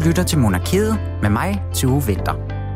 lytter til Monarkiet med mig, Tue Winther.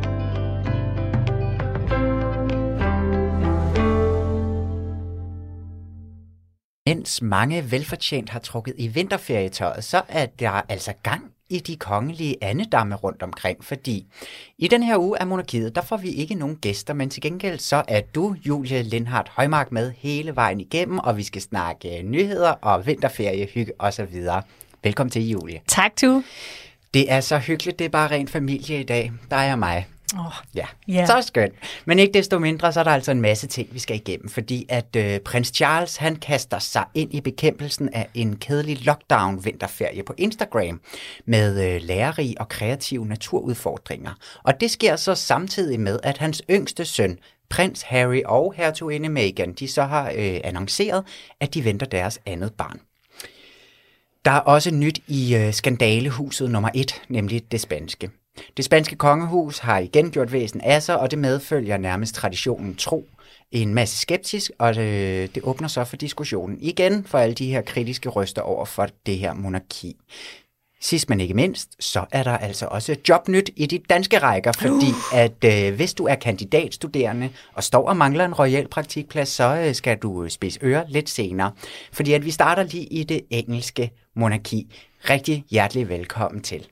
Mens mange velfortjent har trukket i vinterferietøjet, så er der altså gang i de kongelige andedamme rundt omkring, fordi i den her uge af Monarkiet, der får vi ikke nogen gæster, men til gengæld så er du, Julie Lindhardt Højmark, med hele vejen igennem, og vi skal snakke nyheder og vinterferie, hygge osv. Velkommen til, Julie. Tak, Tue. Det er så hyggeligt, det er bare ren familie i dag. Der er mig. Ja, yeah. Så skønt. Men ikke desto mindre, så er der altså en masse ting, vi skal igennem, fordi at prins Charles, han kaster sig ind i bekæmpelsen af en kedelig lockdown-vinterferie på Instagram med lærerige og kreative naturudfordringer. Og det sker så samtidig med, at hans yngste søn, prins Harry og hertuginde Meghan, de så har annonceret, at de venter deres andet barn. Der er også nyt i skandalehuset nummer 1, nemlig det spanske. Det spanske kongehus har igen gjort væsen af sig, og det medfølger nærmest traditionen tro en masse skeptisk, og det åbner så for diskussionen igen for alle de her kritiske røster over for det her monarki. Sidst men ikke mindst, så er der altså også jobnyt i de danske rækker, fordi at hvis du er kandidatstuderende og står og mangler en royal praktikplads, så skal du spidse ører lidt senere. Fordi at vi starter lige i det engelske monarki. Rigtig hjertelig velkommen til.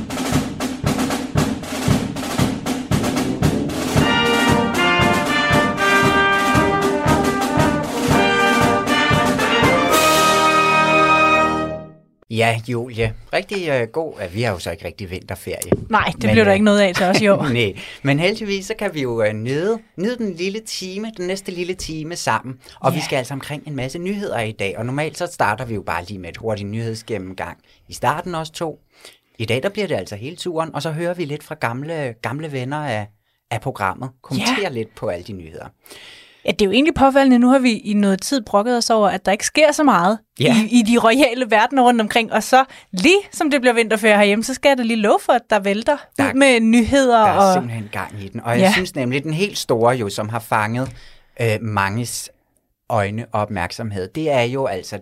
Ja, Julie. Rigtig god. Vi har jo så ikke rigtig vinterferie. Nej, det blev der ikke noget af til os i år. Nej, men heldigvis så kan vi jo nyde den næste lille time sammen. Og vi skal altså omkring en masse nyheder i dag. Og normalt så starter vi jo bare lige med et hurtigt nyhedsgennemgang. I starten også 2. I dag der bliver det altså hele turen, og så hører vi lidt fra gamle venner af programmet. Kommenterer lidt på alle de nyheder. Ja, det er jo egentlig påfaldende. Nu har vi i noget tid brokket os over, at der ikke sker så meget i de royale verdener rundt omkring. Og så lige som det bliver vinterferie herhjemme, så skal jeg da lige love for, at der vælter ud med nyheder. Der er simpelthen gang i den. Og jeg synes nemlig, den helt store jo, som har fanget manges øjne og opmærksomhed, det er jo altså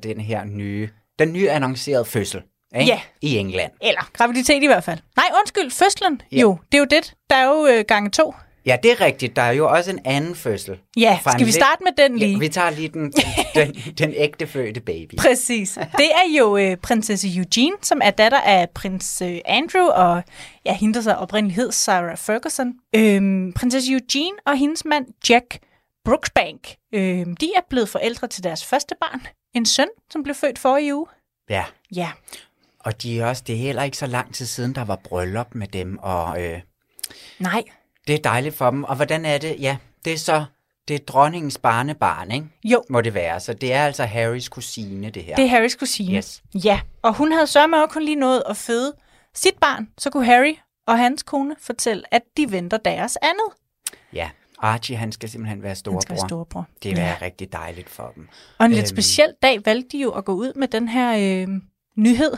den nye annoncerede fødsel i England. Eller graviditet i hvert fald. Nej, undskyld, fødslen. Ja. Jo, det er jo det. Der er jo gange 2. Ja, det er rigtigt. Der er jo også en anden fødsel. Ja, skal vi starte med den lige? Ja, vi tager lige den ægte fødte baby. Præcis. Det er jo prinsesse Eugenie, som er datter af prins Andrew og hende, der så oprindeligt hed Sarah Ferguson. Prinsesse Eugenie og hendes mand Jack Brooksbank, de er blevet forældre til deres første barn. En søn, som blev født forrige uge. Ja. Ja. Og det er heller ikke så lang tid siden, der var bryllup med dem. Og, nej. Det er dejligt for dem. Og hvordan er det? Ja, det er dronningens barnebarn, ikke? Jo. Må det være. Så det er altså Harrys kusine, det her. Det er Harrys kusine. Yes. Ja, og hun havde sørme også kun lige nået at føde sit barn. Så kunne Harry og hans kone fortælle, at de venter deres andet. Ja, Archie, han skal simpelthen være storebror. Det vil være rigtig dejligt for dem. Og en lidt speciel dag valgte de jo at gå ud med den her nyhed.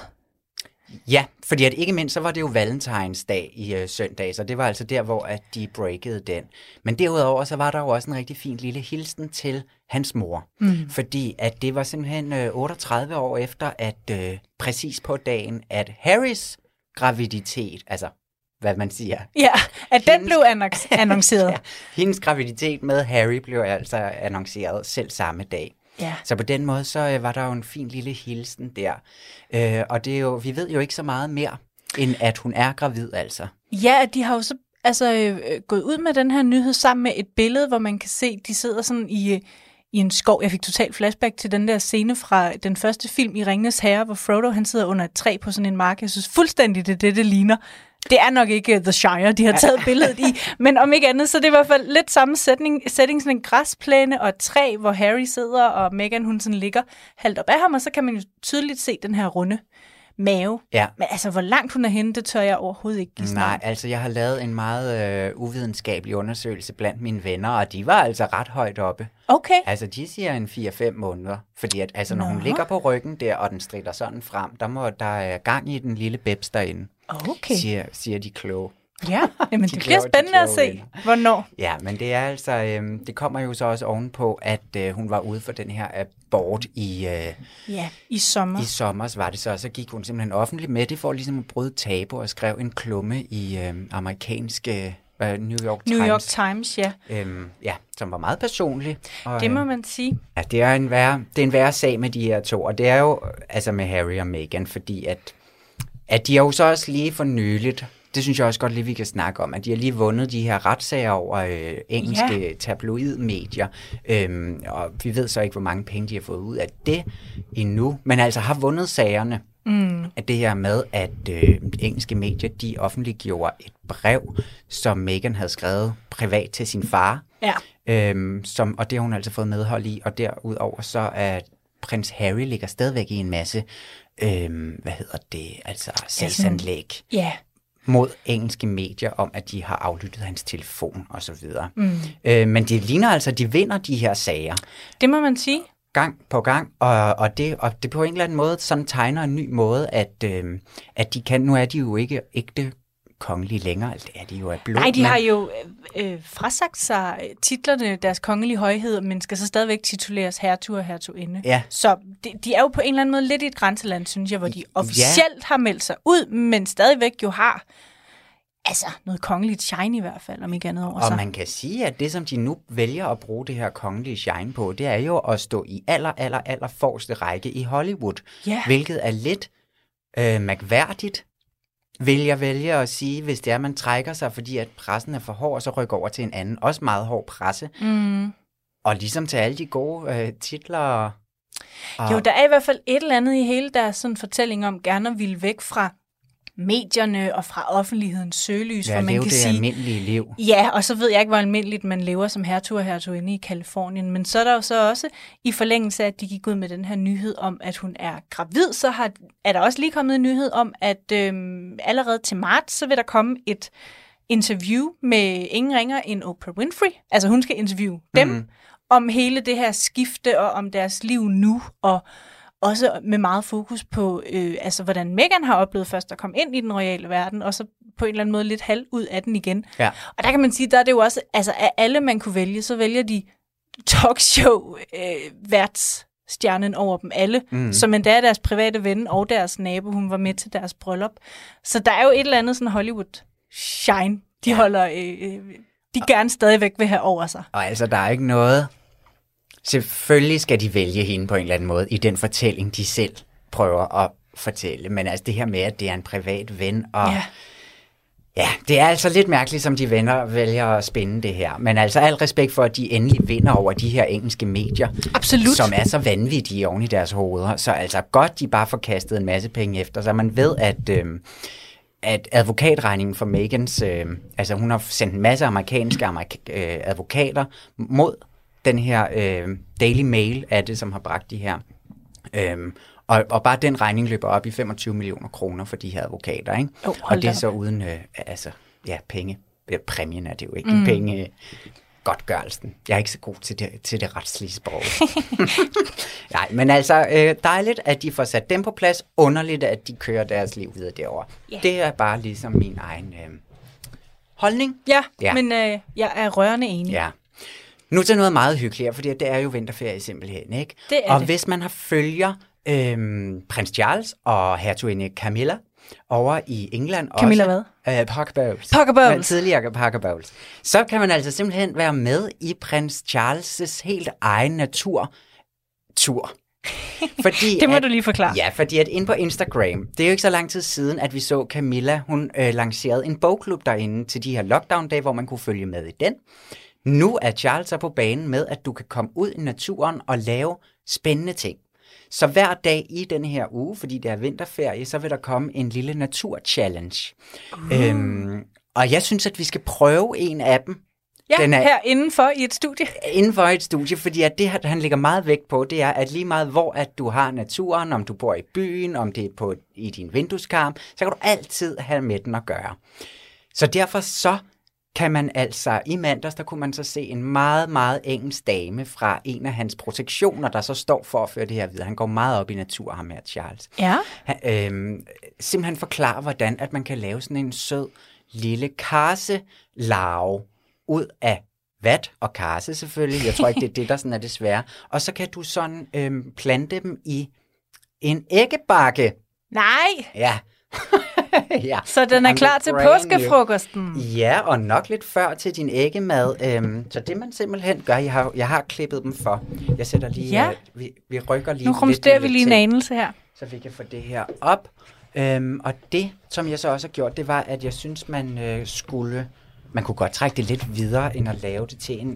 Ja, fordi at ikke mindst, så var det jo Valentinsdag i søndag, så det var altså der, hvor at de breakede den. Men derudover, så var der jo også en rigtig fin lille hilsen til hans mor. Fordi at det var simpelthen 38 år efter, at præcis på dagen, at Harrys graviditet, altså hvad man siger. Ja, at den blev annonceret. Hendes graviditet med Harry blev altså annonceret selv samme dag. Ja. Så på den måde, så var der jo en fin lille hilsen der. Og det er jo, vi ved jo ikke så meget mere, end at hun er gravid altså. Ja, de har jo så gået ud med den her nyhed sammen med et billede, hvor man kan se, de sidder sådan i en skov. Jeg fik totalt flashback til den der scene fra den første film i Ringenes Herre, hvor Frodo han sidder under et træ på sådan en mark. Jeg synes fuldstændig, det ligner. Det er nok ikke The Shire, de har taget billedet i, men om ikke andet, så det er i hvert fald lidt samme setting, sådan en græsplæne og et træ, hvor Harry sidder, og Meghan hun sådan ligger halvt op af ham, og så kan man jo tydeligt se den her runde mave. Ja. Men altså, hvor langt hun er henne, det tør jeg overhovedet ikke give snart. Nej, altså jeg har lavet en meget uvidenskabelig undersøgelse blandt mine venner, og de var altså ret højt oppe. Okay. Altså de siger en 4-5 måneder, fordi at, altså, når hun ligger på ryggen der, og den stritter sådan frem, der er gang i den lille bebs derinde. Okay. Siger de kloge. Ja, jamen det bliver spændende at se, hvornår. Ja, men det er altså, det kommer jo så også ovenpå, at hun var ude for den her abort i sommer. I sommer var det så gik hun simpelthen offentligt med det for ligesom at bryde tabu og skrev en klumme i amerikanske New York Times, ja. Ja, som var meget personlig. Og, det må man sige. Ja, det er en værre sag med de her to, og det er jo altså med Harry og Meghan, fordi at de har jo så også lige for nyligt, det synes jeg også godt lige, vi kan snakke om, at de har lige vundet de her retssager over engelske tabloidmedier, og vi ved så ikke, hvor mange penge de har fået ud af det endnu, men altså har vundet sagerne. At det her med, at engelske medier, de offentliggjorde et brev, som Meghan havde skrevet privat til sin far, og det har hun altså fået medhold i, og derudover så er prins Harry ligger stadigvæk i en masse, sagsanlæg mod engelske medier om, at de har aflyttet hans telefon og så videre. Men det ligner altså, at de vinder de her sager. Det må man sige. Gang på gang, og det på en eller anden måde sådan tegner en ny måde, at de kan, nu er de jo ikke ægte kongelige længere, det er de jo af blod. Nej, de har jo frasagt sig titlerne, deres kongelige højhed, men skal så stadigvæk tituleres hertug og hertuginde. Ja. Så de er jo på en eller anden måde lidt i et grænseland, synes jeg, hvor de officielt har meldt sig ud, men stadigvæk jo har noget kongeligt shine i hvert fald, om ikke andet over sig. Og man kan sige, at det, som de nu vælger at bruge det her kongelige shine på, det er jo at stå i aller forreste række i Hollywood, hvilket er lidt mærkværdigt, vil jeg vælge at sige, hvis det er, man trækker sig, fordi at pressen er for hård, så rykker over til en anden, også meget hård presse. Og ligesom til alle de gode titler. Jo, der er i hvert fald et eller andet i hele deres sådan fortælling om gerne at ville væk fra medierne og fra offentlighedens søgelys. Ja, leve det almindelige liv. Ja, og så ved jeg ikke, hvor almindeligt man lever som hertug og hertuginde i Kalifornien. Men så er der jo så også, i forlængelse af, at de gik ud med den her nyhed om, at hun er gravid, så er der også lige kommet en nyhed om, at allerede til marts, så vil der komme et interview med ingen ringer end Oprah Winfrey. Altså hun skal interviewe dem om hele det her skifte og om deres liv nu, og også med meget fokus på, hvordan Meghan har oplevet først at komme ind i den royale verden, og så på en eller anden måde lidt halv ud af den igen. Ja. Og der kan man sige, der er det jo også, af alle man kunne vælge, så vælger de talkshow-værtsstjernen over dem alle, som endda er deres private ven og deres nabo, hun var med til deres bryllup. Så der er jo et eller andet sådan Hollywood-shine, de holder, de gerne stadigvæk vil have over sig. Og altså, der er ikke noget. Selvfølgelig skal de vælge hende på en eller anden måde i den fortælling, de selv prøver at fortælle. Men altså det her med, at det er en privat ven, og det er altså lidt mærkeligt, som de vælger at spænde det her. Men altså al respekt for, at de endelig vinder over de her engelske medier. Absolut. Som er så vanvittige oven i deres hoveder. Så altså godt, de bare får kastet en masse penge efter. Så man ved, at advokatregningen for Meghans, hun har sendt en masse amerikanske advokater mod den her Daily Mail er det, som har bragt de her. Og bare den regning løber op i 25 millioner kroner for de her advokater, ikke? Og det er så uden, penge. Præmien er det jo ikke. Penge, godtgørelsen. Jeg er ikke så god til det retslige sprog. Nej, men altså dejligt, at de får sat dem på plads. Underligt, at de kører deres liv videre derovre. Yeah. Det er bare ligesom min egen holdning. Ja, men jeg er rørende enig. Ja. Nu til noget meget hyggeligere, fordi det er jo vinterferie simpelthen, ikke? Det er og det. Hvis man har følger prins Charles og hertuginde Camilla over i England Camilla også. Hvad? Parker Bowles. Parker Bowles. Tidligere Parker Bowles. Så kan man altså simpelthen være med i prins Charles' helt egen naturtur. Fordi det må du lige forklare. Ja, fordi at inde på Instagram, det er jo ikke så lang tid siden, at vi så Camilla, hun lancerede en bogklub derinde til de her lockdown-dage, hvor man kunne følge med i den. Nu er Charles så på banen med, at du kan komme ud i naturen og lave spændende ting. Så hver dag i denne her uge, fordi det er vinterferie, så vil der komme en lille natur-challenge. Og jeg synes, at vi skal prøve en af dem. Ja, her indenfor i et studie. Indenfor i et studie, fordi at det, han lægger meget vægt på, det er, at lige meget hvor at du har naturen, om du bor i byen, om det er i din vindueskarm, så kan du altid have med den at gøre. Så derfor så kan man altså, i mandags, der kunne man så se en meget, meget engelsk dame fra en af hans projektioner, der så står for at føre det her videre. Han går meget op i natur, ham her Charles. Ja. Han, simpelthen forklarer, hvordan at man kan lave sådan en sød lille karselarve ud af vat og karse selvfølgelig. Jeg tror ikke, det er det, der sådan er det svære. Og så kan du sådan plante dem i en æggebakke. Nej! Ja. Ja. Så den er klar til påskefrokosten? Ja, og nok lidt før til din æggemad. Så det man simpelthen gør, jeg har klippet dem for. Jeg sætter lige, vi rykker lige nu rumsterer vi lige en anelse her. Så vi kan få det her op. Og det, som jeg så også har gjort, det var, at jeg synes, man kunne godt trække det lidt videre, end at lave det til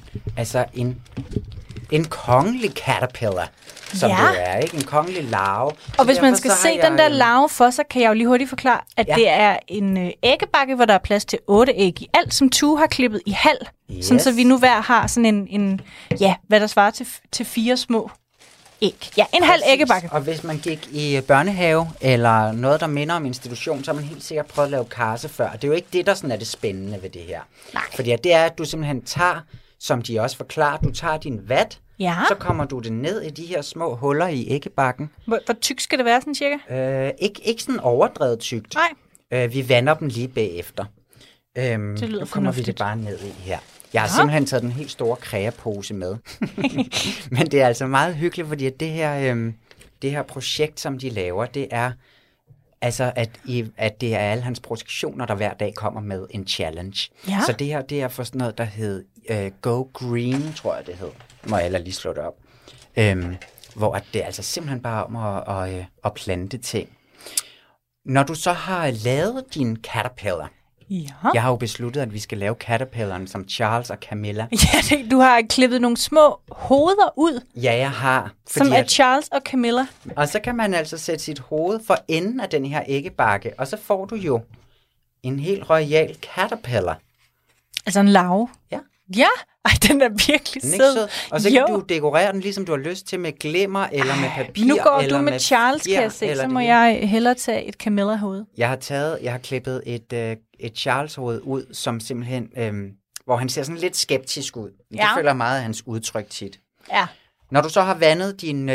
en kongelig caterpillar, som det er, ikke? En kongelig larve. Og hvis man skal se den der larve for sig, kan jeg jo lige hurtigt forklare, at det er en æggebakke, hvor der er plads til 8 æg i alt, som Tue har klippet i halv. Yes. Sådan, så vi nu hver har sådan en hvad der svarer til 4 små æg. Ja, en halv æggebakke. Og hvis man gik i børnehave, eller noget, der minder om institution, så har man helt sikkert prøvet at lave karse før. Det er jo ikke det, der sådan er det spændende ved det her. Nej. Fordi det er, at du simpelthen tager, som de også forklarer, du tager din vat, så kommer du det ned i de her små huller i æggebakken. Hvor tyk skal det være, sådan cirka? Ikke sådan overdrevet tykt. Nej. Vi vander dem lige bagefter. Det lyder nu kommer fornuftigt. vi det bare ned i her. Jeg har simpelthen taget den helt store kreapose med. Men det er altså meget hyggeligt, fordi at det her projekt, som de laver, det er altså, at det er alle hans projektioner, der hver dag kommer med en challenge. Ja. Så det her, det er for sådan noget, der hed Go Green, tror jeg det hed. Må jeg lige slå det op. Hvor det er altså simpelthen bare om at plante ting. Når du så har lavet din caterpillar, jeg har jo besluttet, at vi skal lave caterpillaren som Charles og Camilla. Ja, du har klippet nogle små hoveder ud. Ja, jeg har. Som er Charles og Camilla. Og så kan man altså sætte sit hoved for enden af den her æggebakke, og så får du jo en helt royal caterpillar. Altså en larve? Ja. Ja, den er virkelig sød. Og så kan du dekorere den, ligesom du har lyst til, med glimmer eller med papir. Nu går du med Charles, kan jeg se, så må jeg hellere tage et Camilla-hoved. Jeg har klippet et Charles-hoved ud, som simpelthen, hvor han ser sådan lidt skeptisk ud. Det føler meget af hans udtryk tit. Ja. Når du så har vandet din,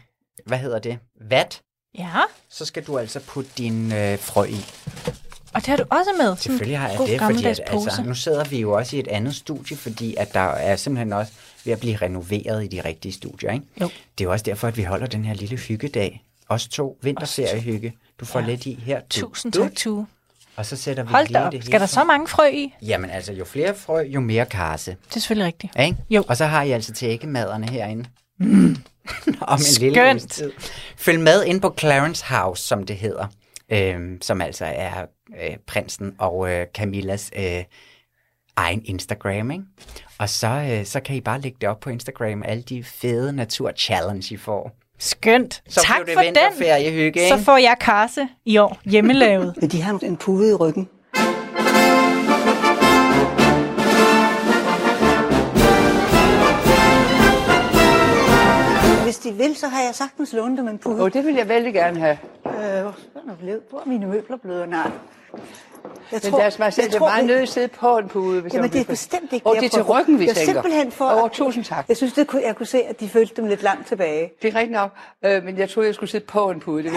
vat, så skal du altså putte din frø i. Og det har du også med? Selvfølgelig har jeg det, fordi at, nu sidder vi jo også i et andet studie, fordi at der er simpelthen også ved at blive renoveret i de rigtige studier, ikke? Jo. Det er jo også derfor, at vi holder den her lille hyggedag. Os 2 vinterseriehygge. Du får lidt i her. Tusind tak, Tue. Og så sætter vi hold lige det hele. Skal der så mange frø i? Jamen altså, jo flere frø, jo mere karse. Det er selvfølgelig rigtigt. Ja, ikke? Jo. Og så har I altså til æggemaderne herinde. Om en lille tid. Følg med ind på Clarence House, som det hedder. Som altså er prinsen og Camillas egen Instagram, ikke? Og så kan I bare lægge det op på Instagram, alle de fede natur-challenge, I får. Skønt. Så tak for den. Hygge, så får jeg karse i år, hjemmelavet. De har en pude i ryggen. Hvis de vil, så har jeg sagtens lånt dem en pude. Det vil jeg vældig gerne have. Hvor er mine møbler blevet? Nej. Det er meget nødt at sidde på en pude. Hvis jamen, det er bestemt ikke det er til ryggen, vi tænker. Simpelthen for... tusind tak. Jeg synes, jeg kunne se, at de følte dem lidt langt tilbage. Det er rigtigt nok, men jeg troede, jeg skulle sidde på en pude. Nej.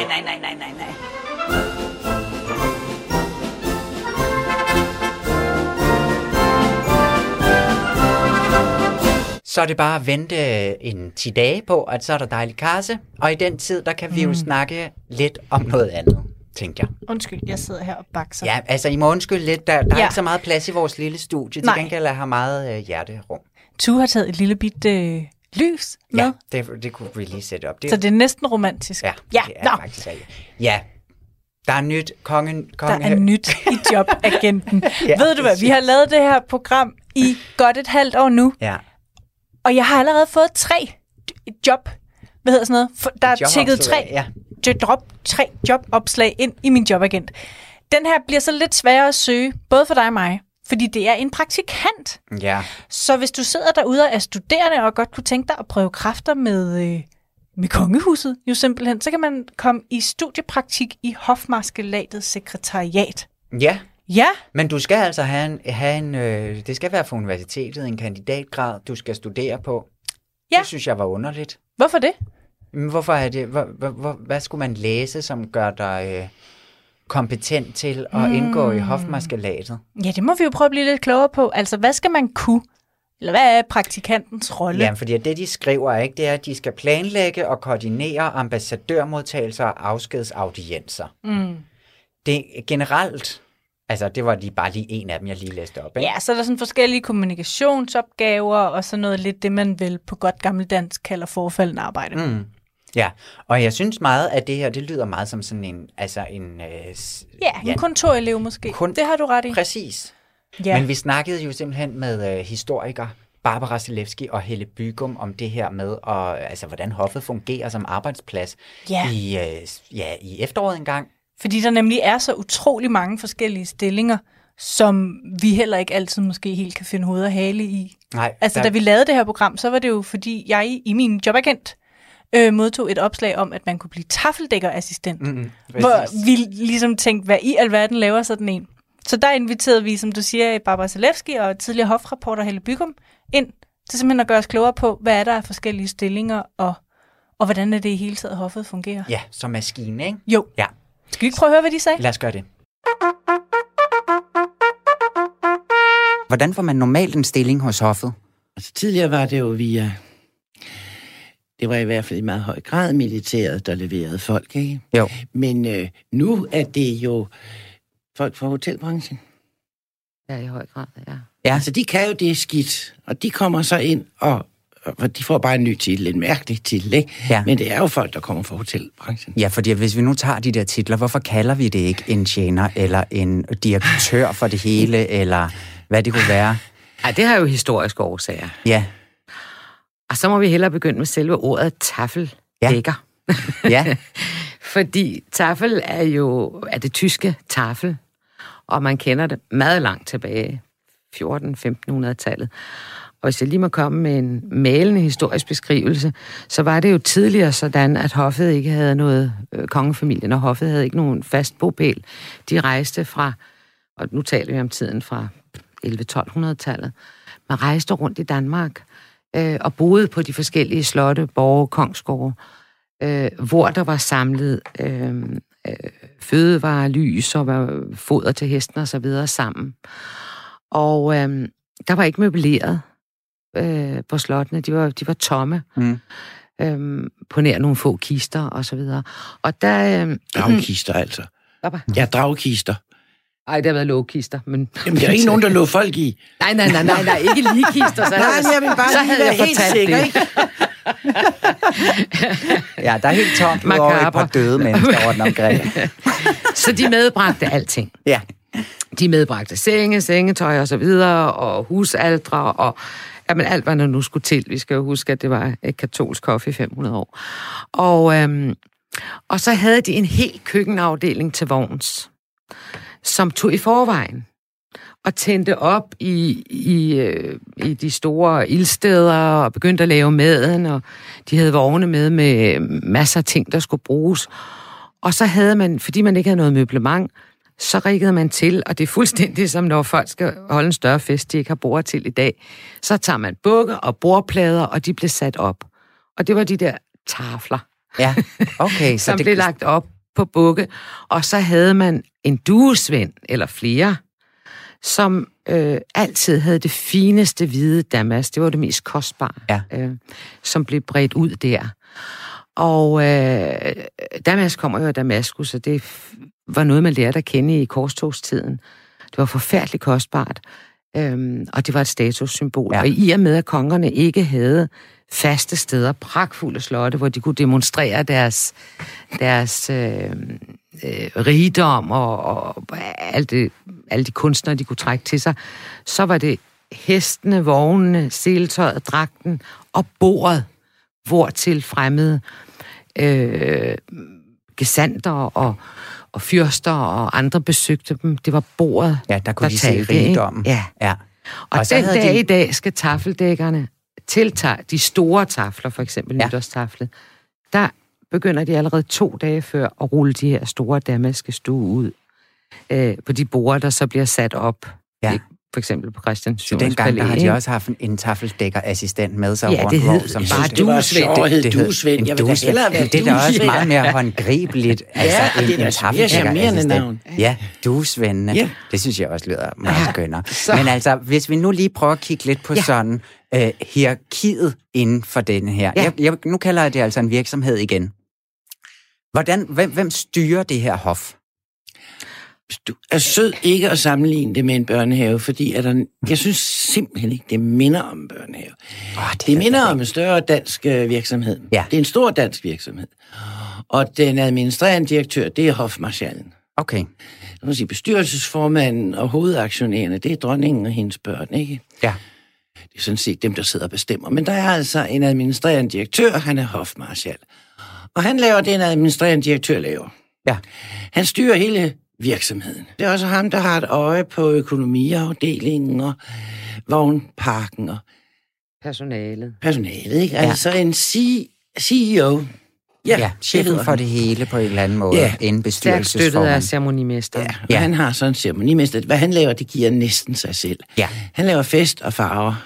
Så er det bare at vente en 10 dage på, at så er der dejlig karse. Og i den tid, der kan vi jo snakke lidt om noget andet, tænkte jeg. Undskyld, jeg sidder her og bakser. Ja, altså I må undskylde lidt. Der er ikke så meget plads i vores lille studie. Til gengæld har meget hjerterum. Tue har taget et lille bit lys med. Ja, det kunne vi lige sætte op. Så det er næsten romantisk. Ja, det er faktisk rigtigt. Ja, der er nyt. Der er nyt i Jobagenten. Ved du hvad, vi har lavet det her program i godt et halvt år nu. Ja. Og jeg har allerede fået 3 job. Hvad hedder sådan noget? Der er tækket 3 jobopslag ind i min jobagent. Den her bliver så lidt sværere at søge, både for dig og mig. Fordi det er en praktikant. Ja. Så hvis du sidder derude og er studerende og godt kunne tænke dig at prøve kræfter med kongehuset, jo simpelthen, så kan man komme i studiepraktik i Hofmarskelatet sekretariat. Ja. Ja. Men du skal altså have en det skal være for universitetet, en kandidatgrad, du skal studere på. Ja. Det synes jeg var underligt. Hvorfor det? Men hvorfor er det? Hvad skulle man læse, som gør dig kompetent til at indgå i hofmaskelatet? Ja, det må vi jo prøve at blive lidt klogere på. Altså, hvad skal man kunne? Eller hvad er praktikantens rolle? Ja, fordi det, de skriver, ikke, det er, at de skal planlægge og koordinere ambassadørmodtagelser og afskedsaudiencer. Det er generelt... Altså, det var bare lige en af dem, jeg lige læste op, ikke? Ja, så er der sådan forskellige kommunikationsopgaver, og så noget lidt det, man vel på godt gammeldansk kalder forfaldende arbejde. Ja, og jeg synes meget, at det her, det lyder meget som sådan en... en kontorelev måske. Det har du ret i. Præcis. Ja. Men vi snakkede jo simpelthen med historiker Barbara Selewski og Helle Bygum om det her med, hvordan hoffet fungerer som arbejdsplads i efteråret engang. Fordi der nemlig er så utrolig mange forskellige stillinger, som vi heller ikke altid måske helt kan finde hoved og hale i. Nej. Da vi lavede det her program, så var det jo, fordi jeg i min jobagent modtog et opslag om, at man kunne blive tafeldækkerassistent. Hvor vi ligesom tænkte, hvad i alverden laver sådan en? Så der inviterede vi, som du siger, Barbara Selewski og tidligere hofreporter Helle Bygum ind til simpelthen at gøre os klogere på, hvad er der af forskellige stillinger, og hvordan er det i hele taget, hoffet fungerer. Ja, som maskine, ikke? Jo. Ja. Skal vi ikke prøve at høre, hvad de sagde? Lad os gøre det. Hvordan får man normalt en stilling hos hoffet? Altså tidligere var det jo via... Det var i hvert fald i meget høj grad militæret, der leverede folk, ikke? Jo. Men nu er det jo folk fra hotelbranchen. Ja, i høj grad, ja. Ja. Altså de kan jo det skidt, og de kommer så ind, og de får bare en ny titel, en mærkelig titel, ikke? Ja. Men det er jo folk, der kommer fra hotelbranchen. Ja, fordi hvis vi nu tager de der titler, hvorfor kalder vi det ikke en tjener, eller en direktør for det hele, eller hvad det kunne være? Ej, det har jo historiske årsager. Ja. Og så må vi hellere begynde med selve ordet tafeldækker. Ja. Fordi tafel er det tyske tafel, og man kender det meget langt tilbage, 1400-1500-tallet. Og hvis jeg lige må komme med en malende historisk beskrivelse, så var det jo tidligere sådan, at hoffet ikke havde noget, kongefamilien og hoffet havde ikke nogen fast bopæl. De rejste fra, og nu taler vi om tiden fra 1100-1200-tallet, man rejste rundt i Danmark og boede på de forskellige slotte, borge, kongsgårde, hvor der var samlet fødevarer, lys og foder til hesten og så videre sammen. Og der var ikke møbleret på slottene. De var tomme. På nær nogle få kister og så videre. Og der... Dragkister altså. Ja, dragkister. Ej, det har været lågkister, men... Jamen, der er ikke nogen, der lå folk i. Nej, ikke lige kister. Så jeg vil bare så havde jeg fortalt det. Ja, der er helt tomt over et par døde mennesker rundt omkring. Så de medbragte alting. Ja. De medbragte sengetøj og så videre, og husaldre, og jamen, alt, hvad der nu skulle til. Vi skal jo huske, at det var et katolsk hof i 500 år. Og så havde de en helt køkkenafdeling til vogns, som tog i forvejen og tændte op i de store ildsteder og begyndte at lave maden, og de havde vogne med masser af ting, der skulle bruges. Og så havde man, fordi man ikke havde noget møblement, så riggede man til, og det er fuldstændig som når folk skal holde en større fest, de ikke har bord til i dag. Så tager man bukke og bordplader, og de blev sat op. Og det var de der tafler, Ja, okay. Så som blev lagt op på bukke. Og så havde man en duesvend, eller flere, som altid havde det fineste hvide damask. Det var det mest kostbare, som blev bredt ud der. Og damask kommer jo af Damaskus, så det var noget, man lærte at kende i korstogstiden. Det var forfærdeligt kostbart, og det var et statussymbol. Ja. Og i og med, at kongerne ikke havde faste steder, pragtfulde slotte, hvor de kunne demonstrere deres rigdom og alle de kunstnere, de kunne trække til sig, så var det hestene, vognene, seletøjet, dragten og bordet, hvortil fremmede gesandter og fyrster og andre besøgte dem. Det var bordet, der kunne de se rigdommen. Ja. Og den dag i dag skal tafeldækkerne tiltage de store tafler, for eksempel nytårstaflet. Der begynder de allerede 2 dage før at rulle de her store damaske stue ud. på de borde, der så bliver sat op. Ja. For eksempel på Christian Så dengang der har de også haft en tafeldækkerassistent med sig rundt. Det hed som bare duesvend. Duesvend. Jeg vil da hellere være det er da også meget mere håndgribeligt. Ja, og det er da charmerende navn. Ja, duesvendene. Ja. Det synes jeg også lyder meget skønnere. Men altså, hvis vi nu lige prøver at kigge lidt på sådan hierarkiet inden for denne her. Ja. Nu kalder jeg det altså en virksomhed igen. Hvem styrer det her hof? Du er sød ikke at sammenligne det med en børnehave, fordi jeg synes simpelthen ikke, det minder om en børnehave. Det minder om en større dansk virksomhed. Ja. Det er en stor dansk virksomhed. Og den administrerende direktør, det er hofmarskalen. Okay. Jeg må sige, bestyrelsesformanden og hovedaktionærerne, det er dronningen og hendes børn, ikke? Ja. Det er sådan set dem, der sidder og bestemmer. Men der er altså en administrerende direktør, han er hofmarskal. Og han laver det, en administrerende direktør laver. Ja. Han styrer hele virksomheden. Det er også ham, der har et øje på økonomiafdelingen og vognparken og personalet, ikke? Altså en CEO. Ja, chefen for det hele på en eller anden måde, inden bestyrelsesformand. Støttet af ceremonimesteren. Ja, han har sådan en ceremonimester. Hvad han laver, det giver næsten sig selv. Ja. Han laver fest og farver.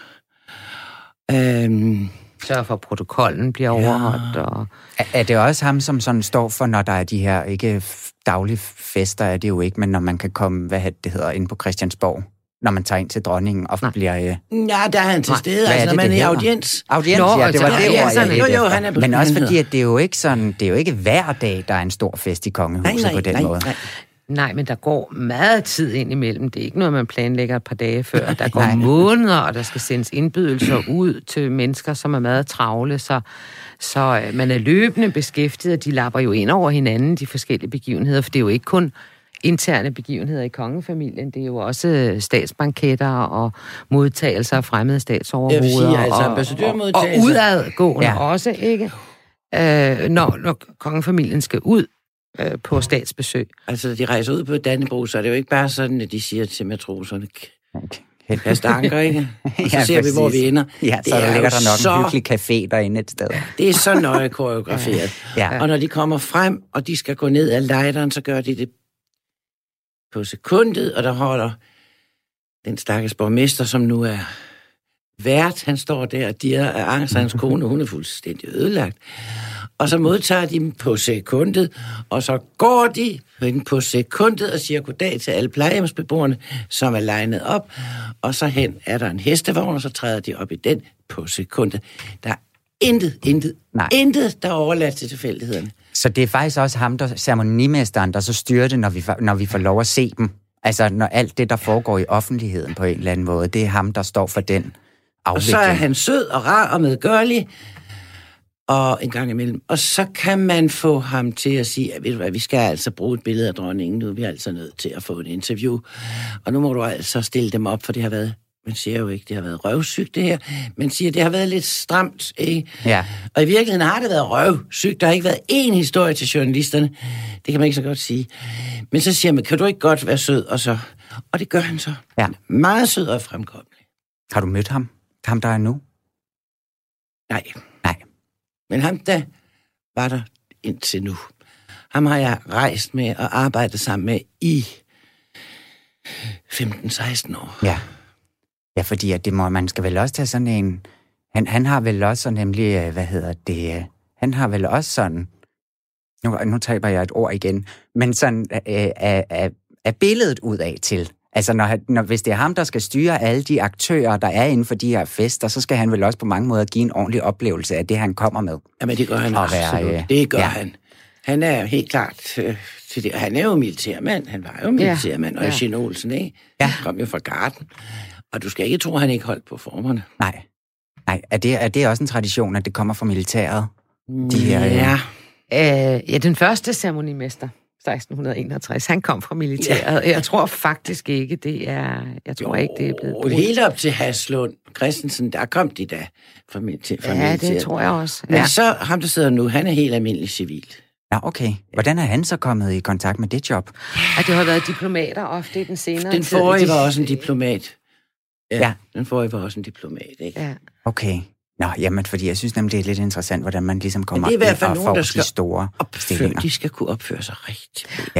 Sørger for, at protokollen bliver overholdt. Og... Er det også ham, som sådan står for, når der er de her, ikke daglige fester, er det jo ikke, men når man kan komme, ind på Christiansborg, når man tager ind til dronningen og bliver... Ja, der er han til stede, altså, når man er i audiens. Audiens, det var det ord, han er men også fordi, at det er jo ikke sådan, det er jo ikke hver dag, der er en stor fest i kongehuset på den måde. Nej, men der går meget tid ind imellem. Det er ikke noget, man planlægger et par dage før. Der går måneder, og der skal sendes indbydelser ud til mennesker, som er meget travle. Så man er løbende beskæftiget, og de lapper jo ind over hinanden, de forskellige begivenheder. For det er jo ikke kun interne begivenheder i kongefamilien. Det er jo også statsbanketter og modtagelser af fremmede statsoverhoveder. Og udadgående også, ikke? Når kongefamilien skal ud på statsbesøg. Altså, de rejser ud på Dannebrog, så er det jo ikke bare sådan, at de siger til matroserne, kast anker, ikke? Og så ser vi, hvor vi ender. Ja, så der ligger der nok en hyggelig café derinde et sted. Det er så nøje koreograferet. Ja. Og når de kommer frem, og de skal gå ned ad lejderen, så gør de det på sekundet, og der holder den stakkels borgmester, som nu er vært. Han står der og dirrer af angst, hans kone, hun er fuldstændig ødelagt. Og så modtager de dem på sekundet, og så går de på sekundet og siger goddag til alle plejehjemsbeboerne, som er legnet op, og så hen er der en hestevogn, og så træder de op i den på sekundet. Der er intet, der er overladt til tilfældighederne. Så det er faktisk også ham, ceremonimesteren, der så styrer det, når vi får lov at se dem. Altså, når alt det, der foregår i offentligheden på en eller anden måde, det er ham, der står for den afvikling. Og så er han sød og rar og medgørlig, og en gang imellem. Og så kan man få ham til at sige, at ved du hvad, vi skal altså bruge et billede af dronningen, nu er vi altså nødt til at få et interview. Og nu må du altså stille dem op, for det har været, man siger jo ikke, det har været røvsygt det her, man siger, det har været lidt stramt, ikke? Ja. Og i virkeligheden har det været røvsygt, der har ikke været én historie til journalisterne, det kan man ikke så godt sige. Men så siger man, kan du ikke godt være sød, og det gør han så. Ja. Meget sød og fremkommelig. Har du mødt ham? Ham, der er nu? Nej. Men ham, der var der indtil nu. Ham har jeg rejst med og arbejdet sammen med i 15-16 år. Ja, fordi at man skal vel også tage sådan en... Han har vel også nemlig, han har vel også sådan... Nu taber jeg et ord igen, men sådan af billedet udad til. Altså, hvis det er ham, der skal styre alle de aktører, der er inden for de her fester, så skal han vel også på mange måder give en ordentlig oplevelse af det, han kommer med. Jamen, det gør han også. Det gør han. Han er helt klart til det. Han er jo militærmand. Han var jo militærmand. Og Eugene Olsen, ikke? Han kom jo fra Garden. Og du skal ikke tro, at han ikke holdt på formerne. Nej. Er det også en tradition, at det kommer fra militæret? Den første ceremonimester, 1661, han kom fra militæret. Jeg tror faktisk ikke, det er... Jeg tror ikke, det er blevet brugt. Helt op til Haslund Christensen, der kom de da fra militæret. Ja, det tror jeg også. Men så ham, der sidder nu, han er helt almindelig civil. Ja, okay. Hvordan er han så kommet i kontakt med det job? Det har været diplomater ofte i den senere tid. Den forrige var også en diplomat. Ja. Den forrige var også en diplomat, ikke? Ja. Okay. Nå, jamen, fordi jeg synes nemlig, det er lidt interessant, hvordan man ligesom kommer ind og får de store stillinger. De skal kunne opføre sig rigtig pænt. Ja.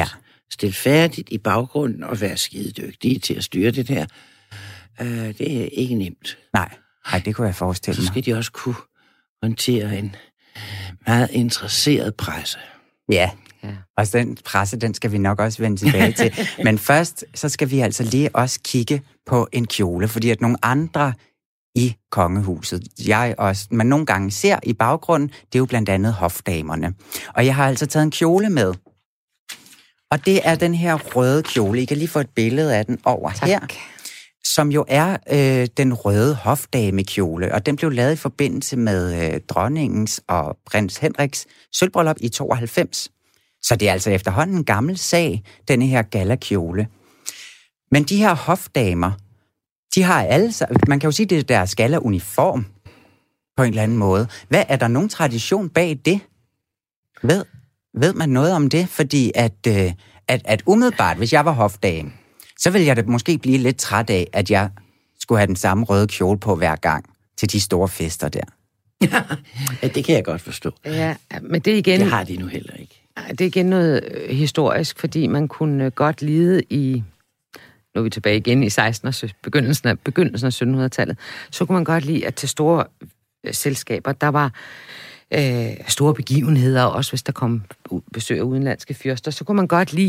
stilfærdigt i baggrunden og være skidedygtige til at styre det der. Det er ikke nemt. Nej, det kunne jeg forestille mig. Så skal de også kunne håndtere en meget interesseret presse. Ja, og den presse, den skal vi nok også vende tilbage til. Men først, så skal vi altså lige også kigge på en kjole, fordi at nogle andre i kongehuset, man nogle gange ser i baggrunden, det er jo blandt andet hofdamerne. Og jeg har altså taget en kjole med. Og det er den her røde kjole. I kan lige få et billede af den over her, som jo er den røde hofdamekjole. Og den blev lavet i forbindelse med dronningens og prins Henriks sølvbryllup i 92. Så det er altså efterhånden en gammel sag, denne her gallakjole. Men de her hofdamer, de har alle, man kan jo sige, det er deres galla-uniform på en eller anden måde. Hvad er der nogen tradition bag det? Ved man noget om det? Fordi at umiddelbart, hvis jeg var hofdame, så ville jeg da måske blive lidt træt af, at jeg skulle have den samme røde kjole på hver gang til de store fester der. Ja, det kan jeg godt forstå. Ja, men det igen... Det har de nu heller ikke. Det er igen noget historisk, fordi man kunne godt lide i... Nu er vi tilbage igen i begyndelsen af 1700-tallet. Så kunne man godt lide, at til store selskaber, der var store begivenheder, også hvis der kom besøg af udenlandske fyrster, så kunne man godt lide,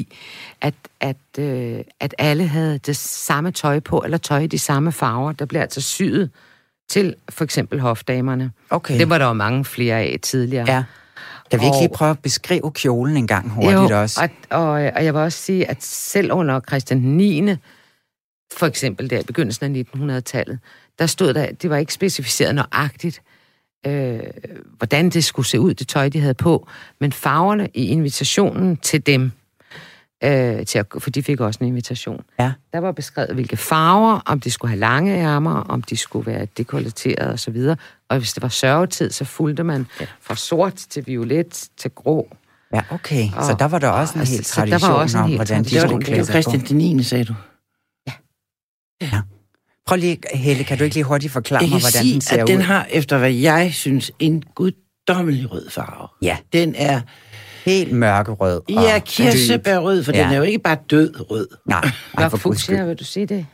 at alle havde det samme tøj på, eller tøj i de samme farver. Der blev altså syet til for eksempel hofdamerne. Okay. Det var der jo mange flere af tidligere. Ja. Kan vi ikke lige prøve at beskrive kjolen en gang hurtigt også? Og jeg vil også sige, at selv under Christian 9., for eksempel der i begyndelsen af 1900-tallet, der stod der, det var ikke specificeret nøjagtigt, hvordan det skulle se ud, det tøj, de havde på, men farverne i invitationen til dem, for de fik også en invitation. Ja. Der var beskrevet, hvilke farver, om de skulle have lange ærmer, om de skulle være dekolleteret og så videre. Og hvis det var sørgetid, så fulgte man fra sort til violet til grå. Ja, okay. Så der var der også en hel tradition om, hvordan de skulle klæde sig på. Det var Christian 9., sagde du? Ja. Prøv lige, Helle, kan du ikke lige hurtigt forklare mig, hvordan den ser ud? Jeg kan sige, at den har, efter hvad jeg synes, en guddommelig rød farve. Ja. Den er... helt mørkerød. Ja, kirsebærrød, for den er jo ikke bare død rød. Nej. Hvad fuldstændig vil du sige det?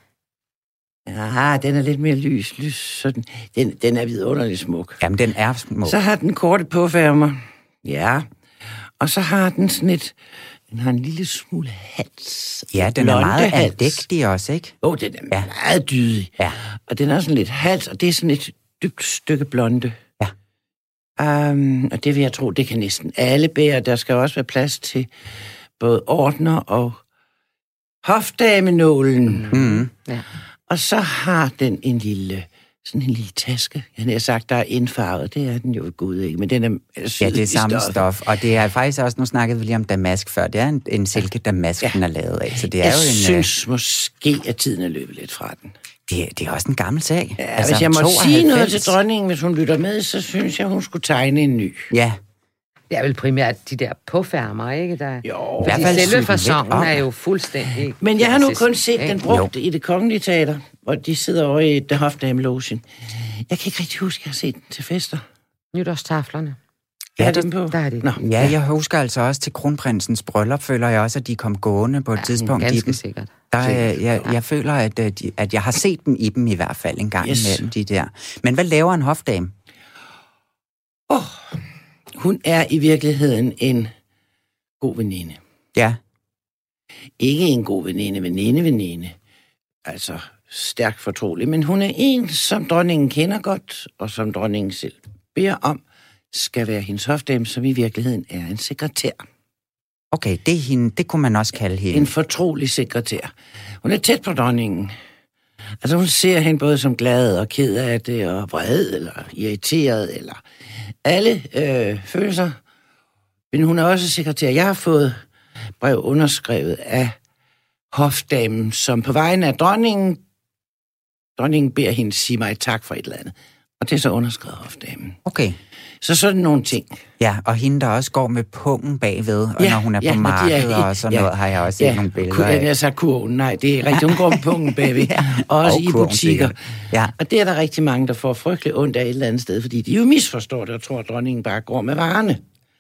Ja, den er lidt mere lys sådan. Den er vidunderligt smuk. Jamen, den er smuk. Så har den korte påfærmer. Ja. Og så har den sådan den har en lille smule hals. Ja, den er meget andægtig også, ikke? Den er meget dydig. Ja. Og den har sådan lidt hals, og det er sådan et dybt stykke blonde. Ja. Og det vil jeg tro, det kan næsten alle bære. Der skal også være plads til både ordner og hofdamenålen. Mm. Ja. Og så har den en lille taske. Jeg har sagt, der er indfarvet. Det er den jo gud ikke, men den er ja, det er samme stof. Og det er faktisk også, nu snakkede vi lige om damask før, det er en silke damask, den er lavet af. Så det er jeg synes måske, at tiden er løbet lidt fra den. Det er også en gammel sag. Ja, altså, hvis jeg må sige noget til dronningen, hvis hun lytter med, så synes jeg, hun skulle tegne en ny. Ja. Det er vel primært de der påfærmer, ikke? Jo. Fordi selve fasongen er jo fuldstændig... Men jeg har nu kun set den brugt i Det Kongelige Teater, hvor de sidder over i det hofdamelogen. Jeg kan ikke rigtig huske, at jeg har set den til fester. Nytårstaflerne. Ja, dem på. Der er det. Ja, jeg husker altså også til kronprinsens bryllup, føler jeg også, at de kom gående på et tidspunkt. Ganske sikkert. Jeg føler, at jeg har set dem i dem i hvert fald en gang imellem de der. Men hvad laver en hofdame? Hun er i virkeligheden en god veninde. Ja. Ikke en god veninde. Altså stærkt fortrolig. Men hun er en, som dronningen kender godt, og som dronningen selv beder om, skal være hendes hofdame, som i virkeligheden er en sekretær. Okay, det er hende. Det kunne man også kalde hende. En fortrolig sekretær. Hun er tæt på dronningen. Altså hun ser hende både som glad og ked af det, og vred, eller irriteret, eller alle følelser. Men hun er også sekretær. Jeg har fået brev underskrevet af hofdamen, som på vegne af dronningen beder hende sige mig tak for et eller andet. Og det er så underskrevet hofdamen. Okay. Så sådan nogle ting. Ja, og hende, der også går med pungen bagved, og når hun er på markedet og sådan noget, har jeg også set nogle billeder af. Jeg har sagt kurven. Nej, det er rigtigt. Hun går med pungen bagved. Også og i butikker. Ja. Og det er der rigtig mange, der får frygtelig ondt af et eller andet sted, fordi de jo misforstår det og tror, at dronningen bare går med varerne.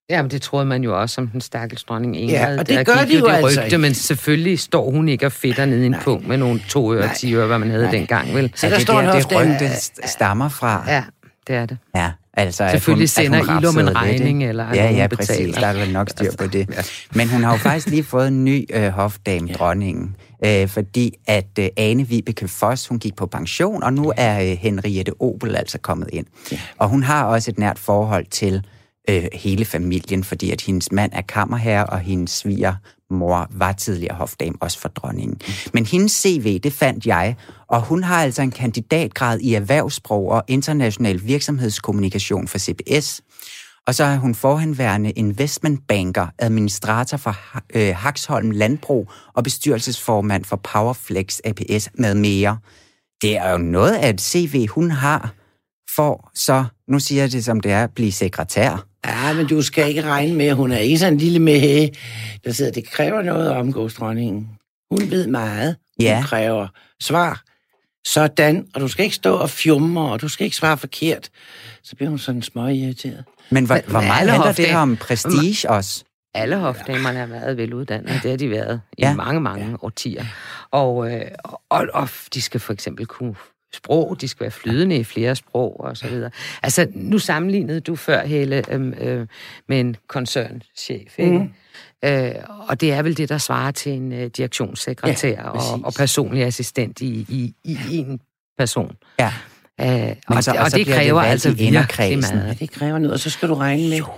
Ja, men det troede man jo også som den stakkels dronning Ingrid. Ja, og det gør de jo det altså rygte, men selvfølgelig står hun ikke og fedter ned i en punkt med nogle 2 øre og 10 øre, hvad man havde dengang, vel? Så der står det rygte stammer fra. Ja, det er det. Ja, altså selvfølgelig sender Ilum en regning, eller ja, præcis. Der er vel nok styr på det. Ja. Men hun har jo faktisk lige fået en ny hofdame, dronningen, fordi at Ane Vibeke Foss, hun gik på pension, og nu er Henriette Opel altså kommet ind. Ja. Og hun har også et nært forhold til hele familien, fordi at hendes mand er kammerherre, og hendes svigermor var tidligere hofdame, også for dronningen. Men hendes CV, det fandt jeg, og hun har altså en kandidatgrad i erhvervssprog og international virksomhedskommunikation for CBS, og så er hun forhenværende investmentbanker, administrator for Haksholm Landbrug og bestyrelsesformand for Powerflex ApS med mere. Det er jo noget af et CV, hun har for så, nu siger jeg det som det er, at blive sekretær. Ja, men du skal ikke regne med, at hun er ikke sådan en lille med, der sidder, det kræver noget at omgås dronningen. Hun ved meget. Ja. Hun kræver svar. Sådan, og du skal ikke stå og fjumme, og du skal ikke svare forkert. Så bliver hun sådan småirriteret. Men hvor meget handler det om prestige også? Alle hofdamerne har været veluddannede, det har de været i mange årtier. Og de skal for eksempel kunne sprog, de skal være flydende i flere sprog og så videre. Altså, nu sammenlignede du før, Helle, med en koncernchef, ikke? Og det er vel det, der svarer til en direktionssekretær og personlig assistent i en person. Ja. Og det kræver altså virkelig meget. Ja, det kræver noget, og så skal du regne med,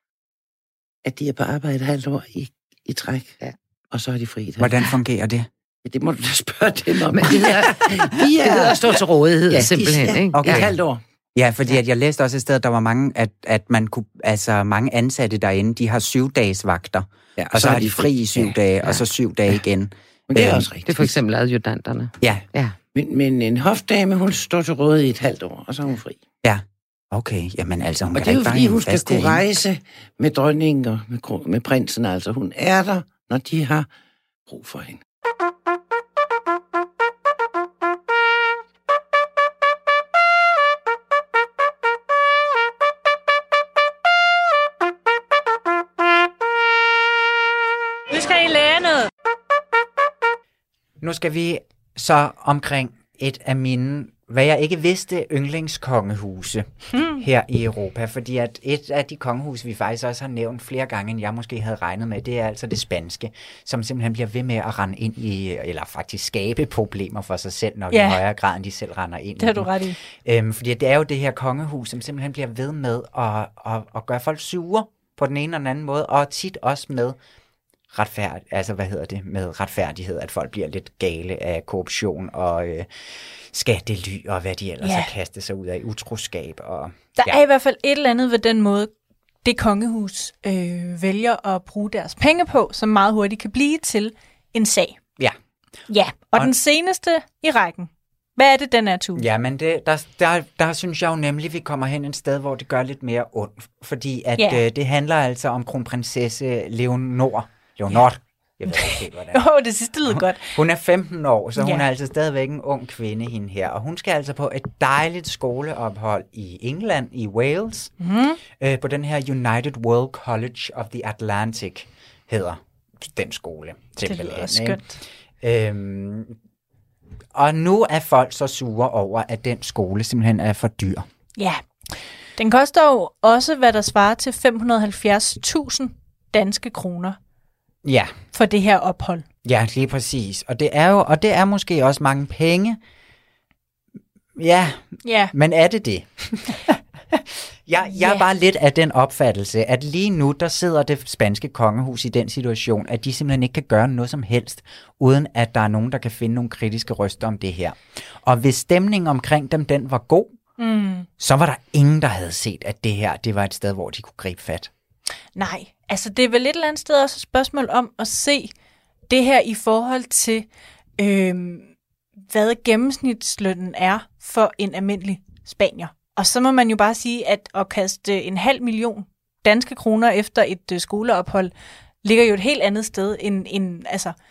at de er på arbejde et halvt år i træk, og så er de fri. Hvordan fungerer det? Ja, det må du da spørge dem om. Men det hedder at stå til rådighed, simpelthen. Ikke? Okay. Et halvt år. Ja, fordi at jeg læste også et sted, at der var mange, at man kunne, altså mange ansatte derinde, de har 7-dages vagter, og så har de fri i 7 dage, og så 7 dage igen. Men det er også rigtigt. Det er for eksempel adjudanterne. Ja. Men en hofdame, hun står til rådighed i et halvt år, og så er hun fri. Ja. Okay, jamen altså, hun og det er jo fordi, hun skal kunne rejse med dronningen og med prinsen, altså hun er der, når de har brug for hende. Nu skal I lære noget. Nu skal vi så omkring et af mine, hvad jeg ikke vidste, yndlingskongehuse her i Europa. Fordi at et af de kongehuse, vi faktisk også har nævnt flere gange, end jeg måske havde regnet med, det er altså det spanske, som simpelthen bliver ved med at rende ind i, eller faktisk skabe problemer for sig selv, nok i højere grad, end de selv render ind i. Det har du ret i. Fordi det er jo det her kongehus, som simpelthen bliver ved med at gøre folk sure på den ene eller anden måde, og tit også med med retfærdighed, at folk bliver lidt gale af korruption og skattely og hvad de ellers har kastet sig ud af, utroskab. Der er i hvert fald et eller andet ved den måde, det kongehus vælger at bruge deres penge på, som meget hurtigt kan blive til en sag. Ja. Ja, og den seneste i rækken, hvad er det, den er, Tue? Ja, men der synes jeg jo nemlig, vi kommer hen et sted, hvor det gør lidt mere ondt, fordi at det handler altså om kronprinsesse Leonor. Jeg ved ikke helt, hvordan. Det sidste lyder godt. Hun er 15 år, så hun er altså stadigvæk en ung kvinde, hende her. Og hun skal altså på et dejligt skoleophold i England, i Wales, på den her United World College of the Atlantic, hedder den skole. Det lyder skønt. Og nu er folk så sure over, at den skole simpelthen er for dyr. Ja, den koster jo også, hvad der svarer til 570.000 danske kroner. Ja. For det her ophold. Ja, lige præcis. Og det er måske også mange penge. Ja. Men er det? Jeg er bare lidt af den opfattelse, at lige nu, der sidder det spanske kongehus i den situation, at de simpelthen ikke kan gøre noget som helst, uden at der er nogen, der kan finde nogle kritiske røster om det her. Og hvis stemningen omkring dem, den var god, så var der ingen, der havde set, at det her, det var et sted, hvor de kunne gribe fat. Nej, altså det er vel et eller andet sted også et spørgsmål om at se det her i forhold til, hvad gennemsnitslønnen er for en almindelig spanier. Og så må man jo bare sige, at at kaste 500.000 danske kroner efter et skoleophold, ligger jo et helt andet sted end altså,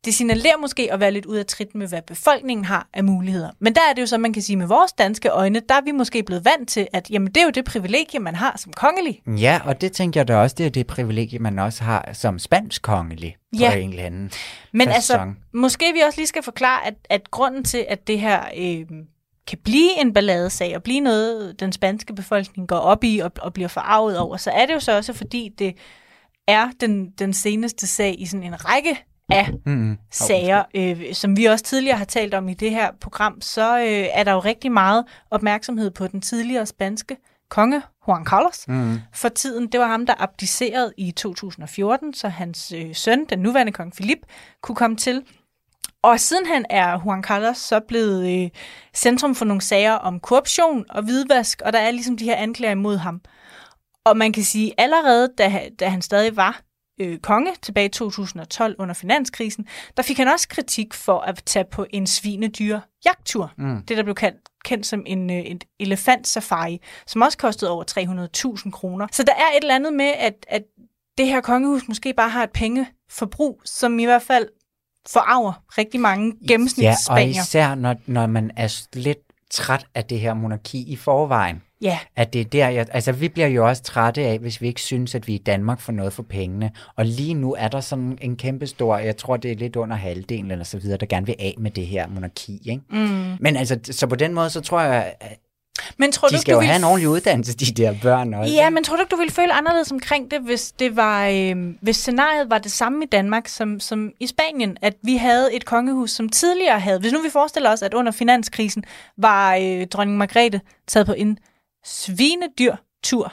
det signalerer måske at være lidt ud af trit med, hvad befolkningen har af muligheder. Men der er det jo så, man kan sige, med vores danske øjne, der er vi måske blevet vant til, at jamen, det er jo det privilegie, man har som kongelig. Ja, og det tænker jeg da også, det er det privilegie, man også har som spansk kongelig på en eller anden men fasong. altså, måske vi også lige skal forklare, at grunden til, at det her kan blive en balladesag og blive noget, den spanske befolkning går op i og bliver forarvet over, så er det jo så også, fordi det er den seneste sag i sådan en række af sager, som vi også tidligere har talt om i det her program, så er der jo rigtig meget opmærksomhed på den tidligere spanske konge, Juan Carlos. For tiden, det var ham, der abdicerede i 2014, så hans søn, den nuværende kong Philip, kunne komme til. Og sidenhen er Juan Carlos så blevet centrum for nogle sager om korruption og hvidvask, og der er ligesom de her anklager imod ham. Og man kan sige, allerede da han stadig var konge tilbage i 2012 under finanskrisen, der fik han også kritik for at tage på en svinedyr jagttur. Det, der blev kendt som en elefantsafari, som også kostede over 300.000 kroner. Så der er et eller andet med, at det her kongehus måske bare har et pengeforbrug, som i hvert fald forarver rigtig mange gennemsnitsspanier. Ja, og især når man er lidt træt af det her monarki i forvejen. Ja. At det er der, altså vi bliver jo også trætte af, hvis vi ikke synes, at vi i Danmark får noget for pengene. Og lige nu er der sådan en kæmpe stor, jeg tror det er lidt under halvdelen eller så videre, der gerne vil af med det her monarki, ikke? Men altså, så på den måde, så tror jeg, men tror de skal jo have en ordentlig uddannelse, de der børn også. Ja, men tror du ikke, du ville føle anderledes omkring det, hvis det var, hvis scenariet var det samme i Danmark som i Spanien, at vi havde et kongehus, som tidligere havde. Hvis nu vi forestiller os, at under finanskrisen var dronning Margrethe taget på en svinedyrtur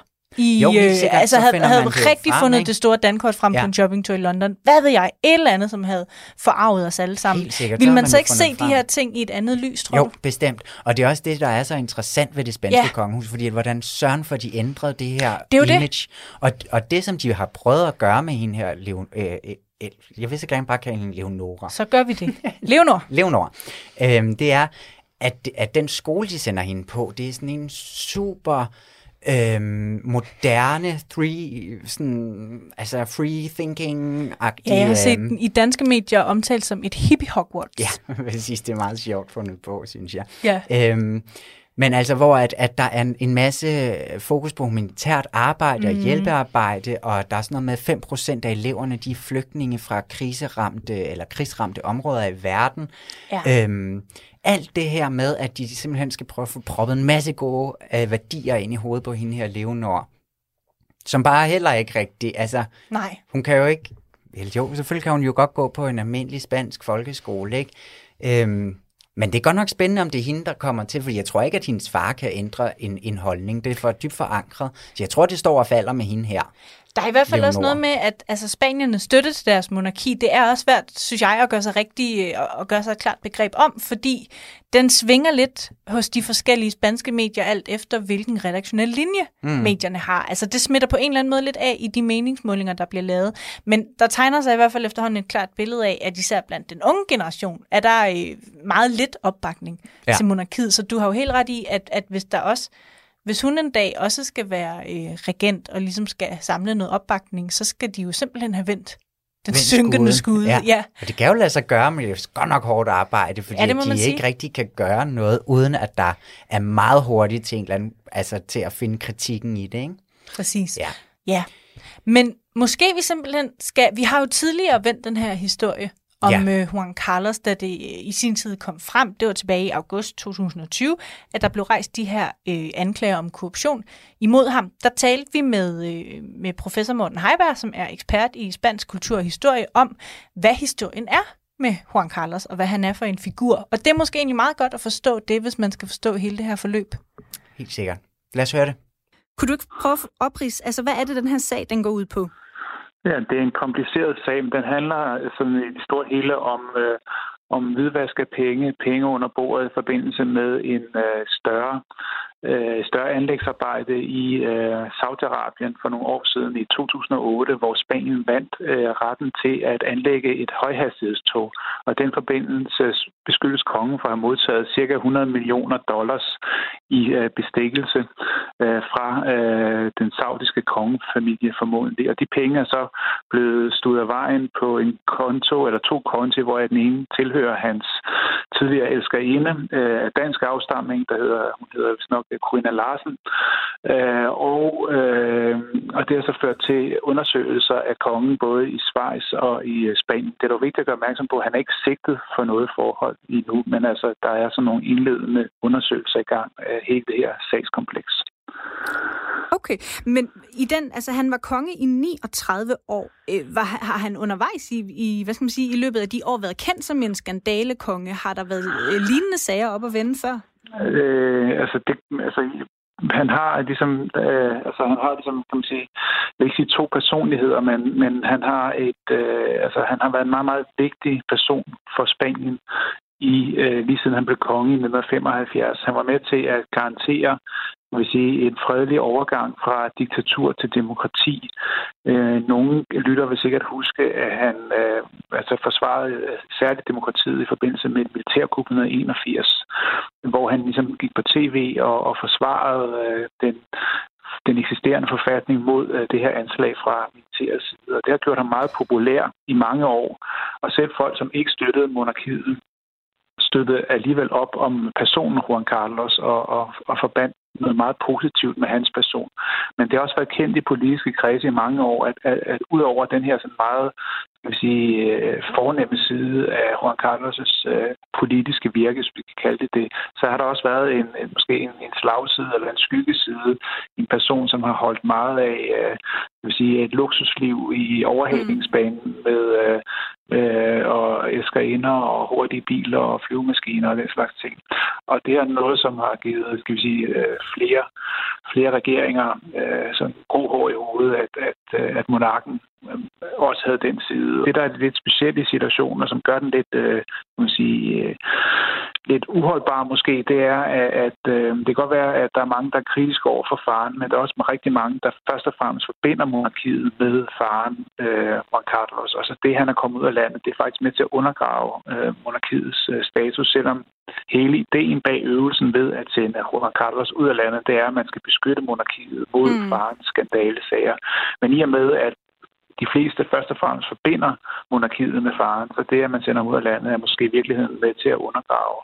havde rigtig fundet ikke? Det store dankort frem på en shoppingtur i London. Hvad ved jeg? Et eller andet, som havde forarvet os alle sammen. Vil man så ikke se de her ting i et andet lys, tror du? Jo, bestemt. Og det er også det, der er så interessant ved det spanske kongehus, fordi hvordan søren for de ændrede det her image. Og det, som de har prøvet at gøre med hende her, jeg vil så gerne bare kalde hende Leonora. Så gør vi det. Leonora. Det er, at den skole, de sender hende på, det er sådan en super moderne, free thinking-agtig. Ja, jeg har set den i danske medier omtalt som et hippie Hogwarts. Ja, præcis. Det er meget sjovt fundet på, synes jeg. Ja. Men altså, hvor at der er en masse fokus på humanitært arbejde og hjælpearbejde, og der er sådan noget med 5% af eleverne, de er flygtninge fra krigsramte områder i verden. Ja. Alt det her med, at de simpelthen skal prøve at få proppet en masse gode værdier ind i hovedet på hende her Leonor, som bare heller ikke rigtig, altså, nej. Hun kan jo ikke, jo, selvfølgelig kan hun jo godt gå på en almindelig spansk folkeskole, ikke? Men det er godt nok spændende, om det er hende, der kommer til, fordi jeg tror ikke, at hendes far kan ændre en holdning. Det er for dybt forankret. Så jeg tror, det står og falder med hende her. Der er i hvert fald Leonor. Også noget med, at altså, Spanierne støtte til deres monarki. Det er også svært, synes jeg, at gøre sig et klart begreb om, fordi den svinger lidt hos de forskellige spanske medier, alt efter hvilken redaktionel linje medierne har. Altså det smitter på en eller anden måde lidt af i de meningsmålinger, der bliver lavet. Men der tegner sig i hvert fald efterhånden et klart billede af, at især blandt den unge generation, er der meget lidt opbakning til monarkiet. Så du har jo helt ret i, at hvis hun en dag også skal være regent og ligesom skal samle noget opbakning, så skal de jo simpelthen have vendt den synkende skude. Ja. Og det kan jo lade sig gøre, men det er godt nok hårdt arbejde, fordi de ikke rigtig kan gøre noget, uden at der er meget hurtigt til, til at finde kritikken i det, ikke? Præcis. Ja. Men måske vi simpelthen vi har jo tidligere vendt den her historie om Juan Carlos, da det i sin tid kom frem, det var tilbage i august 2020, at der blev rejst de her anklager om korruption imod ham. Der talte vi med professor Morten Heiberg, som er ekspert i spansk kultur og historie, om hvad historien er med Juan Carlos, og hvad han er for en figur. Og det er måske egentlig meget godt at forstå det, hvis man skal forstå hele det her forløb. Helt sikkert. Lad os høre det. Kunne du ikke prøve at opridse, altså hvad er det, den her sag, den går ud på? Ja, det er en kompliceret sag, men den handler sådan i det store hele om hvidvask af penge under bordet i forbindelse med en større større anlægsarbejde i Saudi-Arabien for nogle år siden i 2008, hvor Spanien vandt retten til at anlægge et højhastighedstog. Og den forbindelse beskyldes kongen for at have modtaget ca. $100 millioner i bestikkelse fra den saudiske kongefamilie formodentlig. Og de penge er så blevet stået af vejen på en konto eller 2 konti, hvor den ene tilhører hans tidligere elskerinde af dansk afstamning, hun hedder vist nok Corina Larsen. Og det har så ført til undersøgelser af kongen både i Schweiz og i Spanien. Det er dog vigtigt at gøre opmærksom på, at han er ikke sigtet for noget forhold endnu, men altså, der er sådan nogle indledende undersøgelser i gang af hele det her sagskompleks. Okay, men han var konge i 39 år. Har han undervejs i løbet af de år været kendt som en skandalekonge? Har der været lignende sager op at vende før? Han har ligesom, kan man sige, jeg vil ikke sige 2 personligheder, men han har han har været en meget, meget vigtig person for Spanien lige siden han blev konge i 1975. Han var med til at garantere, en fredelig overgang fra diktatur til demokrati. Nogle lytter vil sikkert huske, at han forsvarede særligt demokratiet i forbindelse med et militærkup i 1981, hvor han ligesom gik på tv og forsvarede den eksisterende forfatning mod det her anslag fra militærets side. Og det har gjort ham meget populær i mange år. Og selv folk, som ikke støttede monarkiet, støttede alligevel op om personen Juan Carlos og forbandt noget meget positivt med hans person. Men det har også været kendt i politiske kredse i mange år, at ud over den her sådan meget fornemme side af Juan Carlos' politiske virke, hvis vi kan kalde det, så har der også været en slagside eller en skyggeside. En person, som har holdt meget af et luksusliv i overhalingsbanen med og elskerinder og hurtige biler og flyvemaskiner og den slags ting. Og det er noget, som har givet, flere regeringer sådan god hår i hovedet, at monarken også havde den side. Det, der er lidt specielt i situationer, som gør den lidt uholdbar måske, det er, at det kan godt være, at der er mange, der er kritiske over for faren, men der er også rigtig mange, der først og fremmest forbinder monarkiet med faren, Juan Carlos. Og så det, han er kommet ud af landet, det er faktisk med til at undergrave monarkiets status, selvom hele ideen bag øvelsen ved at sende Juan Carlos ud af landet, det er, at man skal beskytte monarkiet mod farens skandalesager. Men i og med, at de fleste først og fremmest forbinder monarkiet med faren, så det, at man sender ud af landet, er måske i virkeligheden med til at undergrave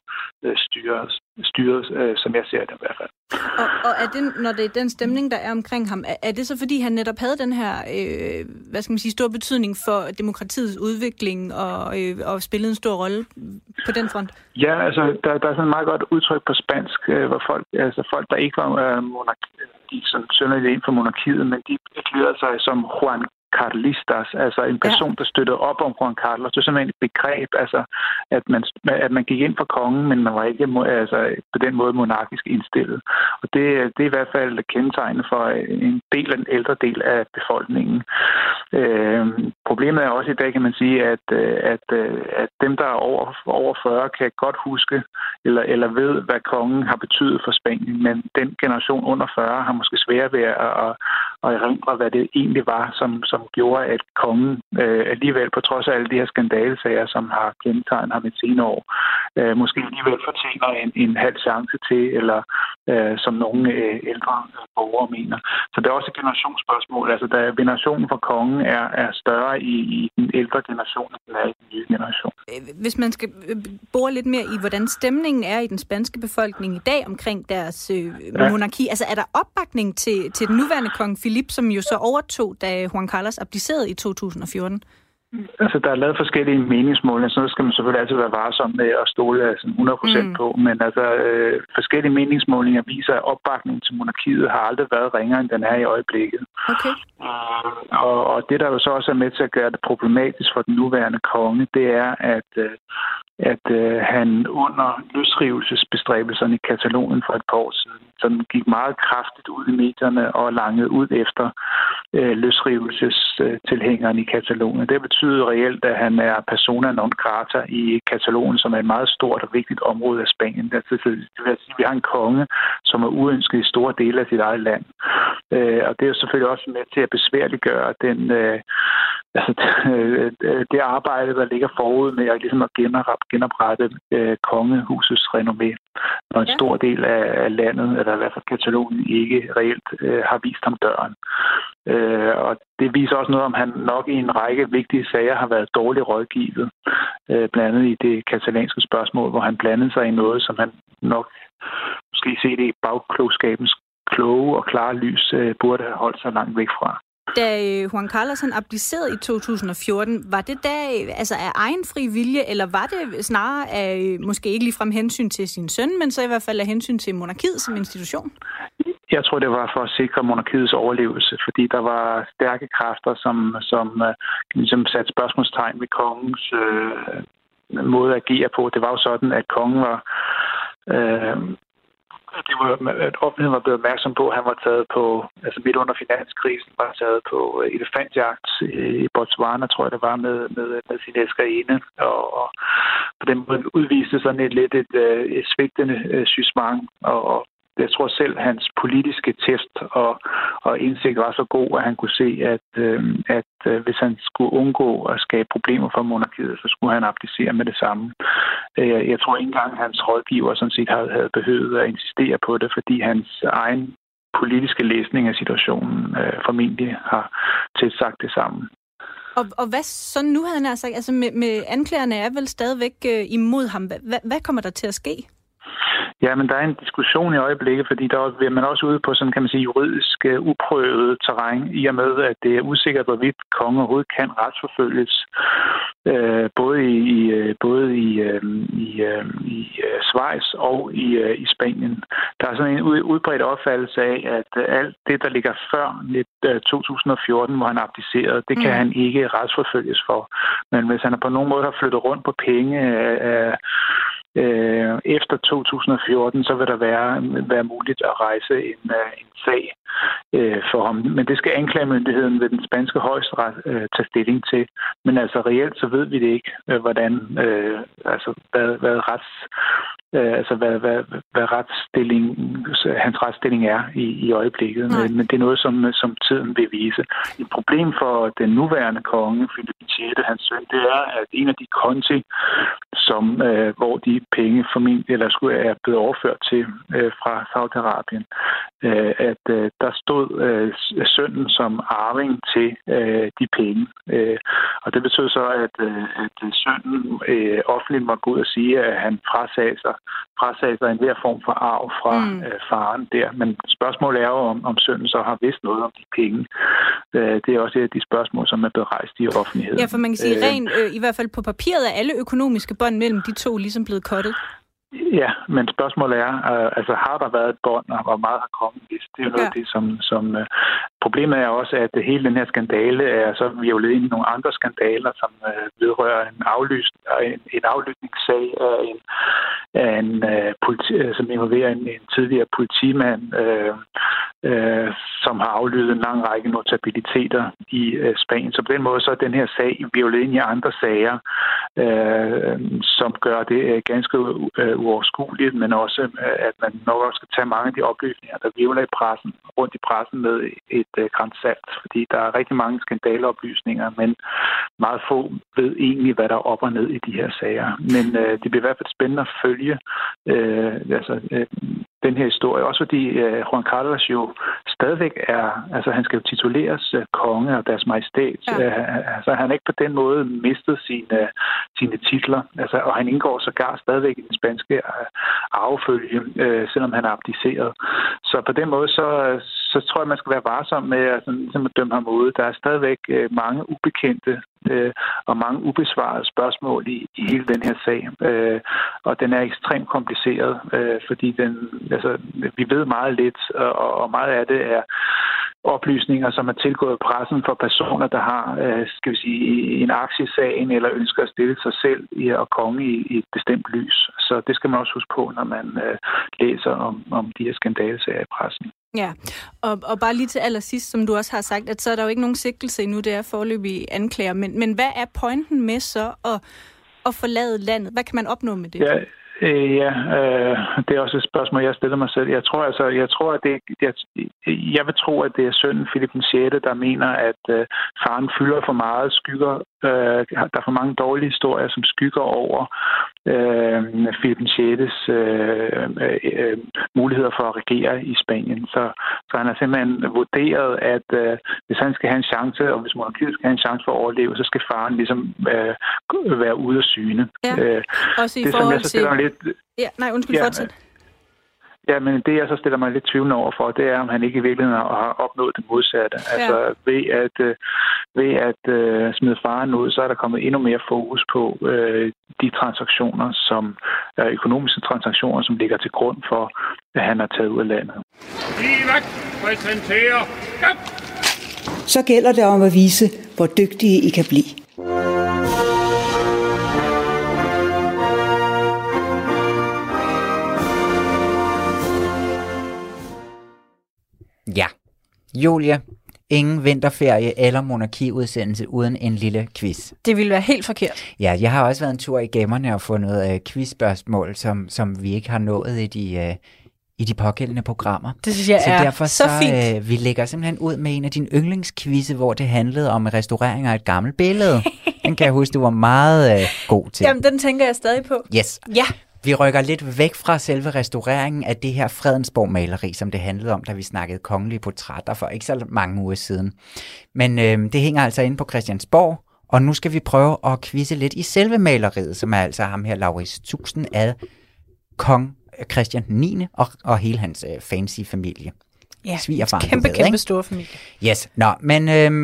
styret, som jeg ser det i hvert fald. Og er det, når det er den stemning, der er omkring ham, er det så fordi, han netop havde den her, stor betydning for demokratiets udvikling og spillede en stor rolle på den front? Ja, altså, der er sådan et meget godt udtryk på spansk, hvor folk, der ikke var synderligt ind for monarkiet, men de erklærede sig som Juan Carlistas, altså en person, der støttede op om Juan Carlos. Det er simpelthen et begreb, altså, at man gik ind for kongen, men man var ikke på den måde monarkisk indstillet. Og det er i hvert fald kendetegnende for en del af den ældre del af befolkningen. Problemet er også i dag, kan man sige, at dem, der er over 40, kan godt huske eller ved, hvad kongen har betydet for Spanien, men den generation under 40 har måske svært ved at erindre, hvad det egentlig var, som gjorde, at kongen alligevel, på trods af alle de her skandalesager, som har kendetegnet ham i senere år, måske alligevel fortjener en halv chance til, eller som nogle ældre borgere mener. Så det er også et generationsspørgsmål. Altså, venerationen for kongen er større i den ældre generation, end den er i den nye generation. Hvis man skal bore lidt mere i, hvordan stemningen er i den spanske befolkning i dag omkring deres monarki, altså er der opbakning til den nuværende kong Philip, som jo så overtog, da Juan Carlos abdicerede i 2014? Altså, der er lavet forskellige meningsmålinger, så skal man selvfølgelig altid være varsom med at stole 100% på, men altså, forskellige meningsmålinger viser, at opbakningen til monarkiet har aldrig været ringere, end den er i øjeblikket. Okay. Og det, der jo så også er med til at gøre det problematisk for den nuværende konge, det er, at at han under løsrivelsesbestræbelserne i Katalonien for et par år siden, sådan gik meget kraftigt ud i medierne og langede ud efter løsrivelsestilhængeren i Katalonien. Det betyder reelt, at han er persona non grata i Katalonien, som er et meget stort og vigtigt område af Spanien. Det vil sige, at vi har en konge, som er uønsket i store dele af sit eget land. Og det er jo selvfølgelig også med til at besværliggøre det arbejde, der ligger forud med at, ligesom at genoprette kongehusets renommé, når en stor del af landet, eller i hvert fald Katalonien, ikke reelt har vist ham døren. Og det viser også noget om, han nok i en række vigtige sager har været dårligt rådgivet. Blandt andet i det katalanske spørgsmål, hvor han blandede sig i noget, som han nok måske set i bagklogskabens kloge og klare lys burde have holdt sig langt væk fra. Da Juan Carlos han abdicerede i 2014, var det da altså af egen fri vilje, eller var det snarere af måske ikke ligefrem hensyn til sin søn, men så i hvert fald af hensyn til monarkiet som institution? Jeg tror, det var for at sikre monarkiets overlevelse, fordi der var stærke kræfter, som ligesom satte spørgsmålstegn ved kongens måde at agere på. Det var jo sådan, at kongen var... at offentligheden var blevet opmærksom på, at han var taget på, altså midt under finanskrisen, var taget på elefantjagt i Botswana, tror jeg det var, med sin elskerinde. Og på den måde udviste sådan et svigtende jugement. Og jeg tror selv, at hans politiske test og indsigt var så god, at han kunne se, at hvis han skulle undgå at skabe problemer for monarkiet, så skulle han abdicere med det samme. Jeg tror ikke engang, at hans rådgiver sådan set havde behøvet at insistere på det, fordi hans egen politiske læsning af situationen formentlig har tilsagt det samme. Og hvad så nu, havde han sagt? Altså med anklagerne er vel stadigvæk imod ham. Hvad kommer der til at ske? Ja, men der er en diskussion i øjeblikket, fordi der vil man også ude på sådan, kan man sige, juridisk uprøvet terræn, i og med, at det er usikkert, hvorvidt kongen overhovedet kan retsforfølges, både i Schweiz og i Spanien. Der er sådan en udbredt opfattelse af, at alt det, der ligger før 2014, hvor han abdicerede, det kan han ikke retsforfølges for. Men hvis han på nogen måde har flyttet rundt på penge efter 2014, så vil der være muligt at rejse en sag for ham. Men det skal anklagemyndigheden ved den spanske højesteret tage stilling til. Men altså reelt så ved vi det ikke, hvordan hvad hans retsstilling er i øjeblikket. Men det er noget, som tiden vil vise. Et problem for den nuværende konge, Philip VI, hans søn, det er, at en af de konti, hvor de penge formentlig er blevet overført til fra Saudi-Arabien, at der stod sønnen som arving til de penge. Og det betød så, at sønnen offentligt må gå ud og sige, at han frasagde sig enhver form for arv fra faren der. Men spørgsmålet er jo, om sønnen så har vidst noget om de penge. Det er også et af de spørgsmål, som er blevet rejst i offentligheden. Ja, for man kan sige, i hvert fald på papiret er alle økonomiske bånd mellem de to ligesom blevet cuttet. Ja, men spørgsmålet er, har der været et bånd, og hvor meget har kommet? Det er jo noget af det, som problemet er også, at hele den her skandale er så virvlet ind i nogle andre skandaler, som vedrører en aflytningssag som involverer en tidligere politimand, som har aflyttet en lang række notabiliteter i Spanien. Så på den måde så er den her sag virvlet ind i andre sager, som gør det ganske uoverskueligt, men også, at man nok også skal tage mange af de oplysninger, der virvler rundt i pressen med et gran salt, fordi der er rigtig mange skandaleoplysninger, men meget få ved egentlig, hvad der er op og ned i de her sager. Men det bliver i hvert fald spændende at følge den her historie, også fordi Juan Carlos jo stadigvæk han skal jo tituleres konge og deres majestæt. Ja. Han er ikke på den måde mistet sine titler, og han indgår sågar stadigvæk i den spanske arvefølge, selvom han er abdiceret. Så på den måde så tror jeg, man skal være varsom med at dømme ham ud. Der er stadigvæk mange ubekendte og mange ubesvarede spørgsmål i hele den her sag. Og den er ekstremt kompliceret, fordi vi ved meget lidt, og meget af det er oplysninger, som er tilgået pressen for personer, der har, skal vi sige, en aktie i sagen, eller ønsker at stille sig selv og konge i et bestemt lys. Så det skal man også huske på, når man læser om de her skandalesager i pressen. Ja, og bare lige til allersidst, som du også har sagt, at så er der jo ikke nogen sigtelse endnu, det er foreløbig anklager. Men hvad er pointen med så at forlade landet? Hvad kan man opnå med det? Det er også et spørgsmål, jeg stiller mig selv. Jeg vil tro, at det er sønnen Philip den 6., der mener, at faren fylder for meget skygger. Der er for mange dårlige historier, som skygger over Philip den 6. Muligheder for at regere i Spanien. Så han har simpelthen vurderet, at hvis han skal have en chance, og hvis monarkiet skal have en chance for at overleve, så skal faren ligesom være ude af syne. Ja, også i det, forhold til... undskyld, fortsæt. Ja, men det, jeg så stiller mig lidt tvivlende over for, det er, om han ikke i virkeligheden har opnået det modsatte. Ja. Altså ved at smide faren ud, så er der kommet endnu mere fokus på de transaktioner, som økonomiske transaktioner, som ligger til grund for, at han er taget ud af landet. Så gælder det om at vise, hvor dygtige I kan blive. Ja, Julie, ingen vinterferie eller monarkiudsendelse uden en lille quiz. Det ville være helt forkert. Ja, jeg har også været en tur i gemmerne og fundet quizspørgsmål, som vi ikke har nået i de pågældende programmer. Det synes jeg så derfor så fint. Vi lægger simpelthen ud med en af dine yndlingskvizze, hvor det handlede om restaurering af et gammelt billede. Den kan jeg huske, du var meget god til. Jamen, den tænker jeg stadig på. Yes. Ja. Vi rykker lidt væk fra selve restaureringen af det her Fredensborg-maleri, som det handlede om, da vi snakkede kongelige portrætter for ikke så mange uger siden. Men det hænger altså inde på Christiansborg, og nu skal vi prøve at quizze lidt i selve maleriet, som er altså ham her, Laurits Tuxen, af kong Christian 9. og hele hans fancy familie. Ja, svigerfaren, kæmpe store familie. Yes, men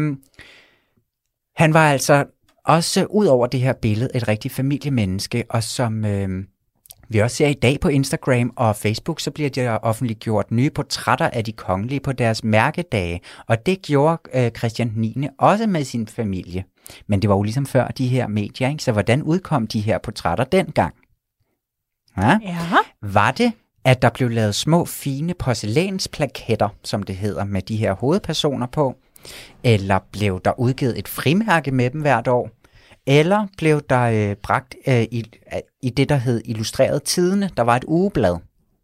han var altså også ud over det her billede et rigtig familiemenneske, og som vi også ser i dag på Instagram og Facebook, så bliver der offentliggjort nye portrætter af de kongelige på deres mærkedage, og det gjorde Christian 9. også med sin familie. Men det var jo ligesom før de her medier, ikke? Så hvordan udkom de her portrætter dengang? Ja? Var det, at der blev lavet små, fine porcelænsplaketter, som det hedder, med de her hovedpersoner på? Eller blev der udgivet et frimærke med dem hvert år? Eller blev der bragt i det, der hed Illustreret Tidende? Der var et ugeblad.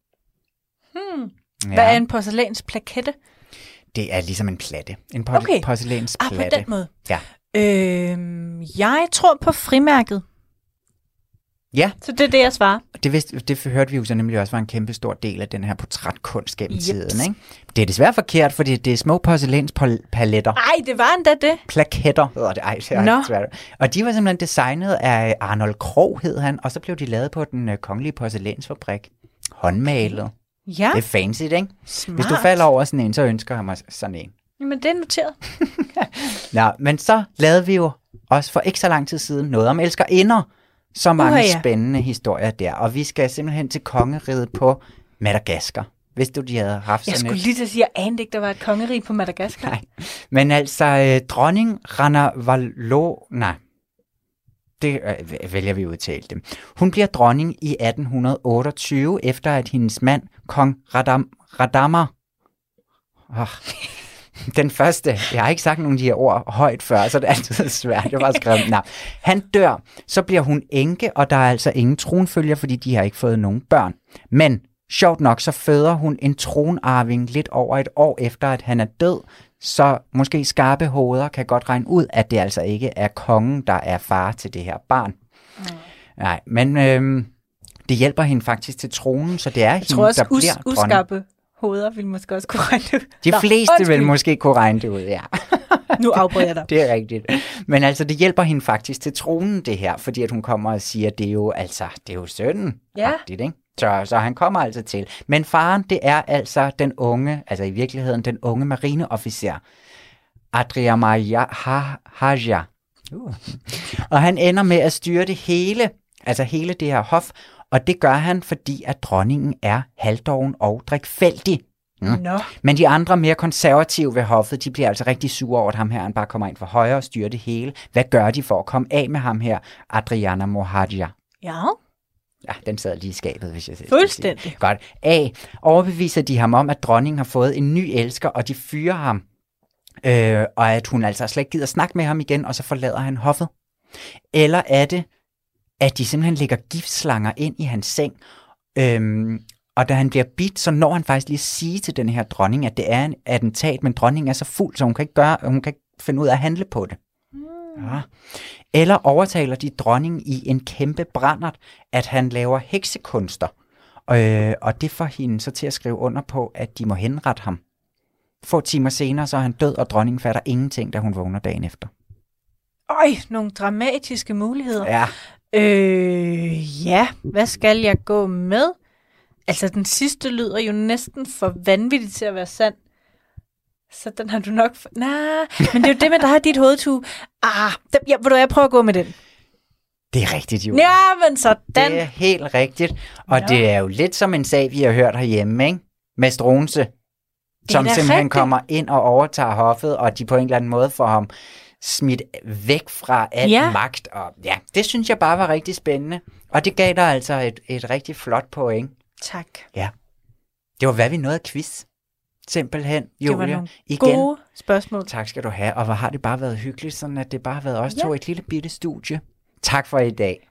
Hvad er en porcelænsplakette? Det er ligesom en platte. En porcelænsplatte. På den måde. Ja. Jeg tror på frimærket. Ja. Så det er det, jeg svarer. Det hørte vi jo så nemlig også var en kæmpe stor del af den her portrætkunst gennem tiden. Ikke? Det er desværre forkert, fordi det er små porcelænspaletter. Nej, det var endda det. Plaketter hedder det. Ej, det er svært. Og de var simpelthen designet af Arnold Krog, hed han, og så blev de lavet på den kongelige porcelænsfabrik. Håndmalet. Ja. Det er fancy, ikke? Smart. Hvis du falder over sådan en, så ønsker jeg mig sådan en. Jamen, det er noteret. Nå, men så lavede vi jo også for ikke så lang tid siden noget om elskerinder. Så mange spændende historier der, og vi skal simpelthen til kongeriget på Madagaskar. Vidste du, de havde haft sådan Jeg skulle lige til at sige, at jeg anede ikke, der var et kongerige på Madagaskar. Nej, men altså dronning Ranavalona, det vælger vi udtale det. Hun bliver dronning i 1828, efter at hendes mand, kong Radama, den første, jeg har ikke sagt nogen af de her ord højt før, så det er altid svært, det var skrevet navn. Han dør, så bliver hun enke, og der er altså ingen tronfølger, fordi de har ikke fået nogen børn. Men sjovt nok, så føder hun en tronarving lidt over et år efter, at han er død, så måske skarpe hoveder kan godt regne ud, at det altså ikke er kongen, der er far til det her barn. Nej, men det hjælper hende faktisk til tronen, så det er hende, der bliver dronning. Uskarpe hoveder vil måske også kunne regne det ud. De fleste vil måske kunne regne det ud, ja. Nu afbryder jeg dig. Det er rigtigt. Men altså, det hjælper hende faktisk til tronen, det her, fordi at hun kommer og siger, at det er jo sønnen. Ja. Rigtigt, ikke? Så han kommer altså til. Men faren, det er altså den unge, altså i virkeligheden den unge marineofficer, Adria Maria Haja. Og han ender med at styre det hele, altså hele det her hof, og det gør han, fordi at dronningen er halvdoven og drikfældig. Nå. Men de andre mere konservative ved hoffet, de bliver altså rigtig sure over, at ham her han bare kommer ind for højre og styrer det hele. Hvad gør de for at komme af med ham her, Adriana Mohadia? Ja. Ja, den sad lige i skabet, hvis jeg siger. Fuldstændig. Godt. A. Overbeviser de ham om, at dronningen har fået en ny elsker, og de fyrer ham. Og at hun altså slet ikke gider snakke med ham igen, og så forlader han hoffet. Eller er det, at de simpelthen lægger giftslanger ind i hans seng, og da han bliver bidt, så når han faktisk lige at sige til den her dronning, at det er en attentat, men dronningen er så fuld, så hun kan ikke finde ud af at handle på det. Ja. Eller overtaler de dronningen i en kæmpe brændert, at han laver heksekunster, og det får hende så til at skrive under på, at de må henrette ham. Få timer senere, så er han død, og dronningen fatter ingenting, da hun vågner dagen efter. Nogle dramatiske muligheder. Ja. Ja, hvad skal jeg gå med? Altså, den sidste lyder jo næsten for vanvittigt til at være sand. Så den har du nok... men det er jo det med, der har dit hovedtue. Jeg prøver at gå med den. Det er rigtigt, Julie. Ja, men sådan. Det er helt rigtigt. Og det er jo lidt som en sag, vi har hørt herhjemme, ikke? Med Struensee, som simpelthen rigtigt. Kommer ind og overtager hoffet, og de på en eller anden måde får ham smidt væk fra al magt. Og ja, det synes jeg bare var rigtig spændende. Og det gav dig altså et rigtig flot point. Tak. Ja. Det var, hvad vi nåede af quiz. Simpelthen, Julia. Det var nogle gode spørgsmål. Tak skal du have. Og hvor har det bare været hyggeligt, sådan at det bare har været os to et lille bitte studie. Tak for i dag.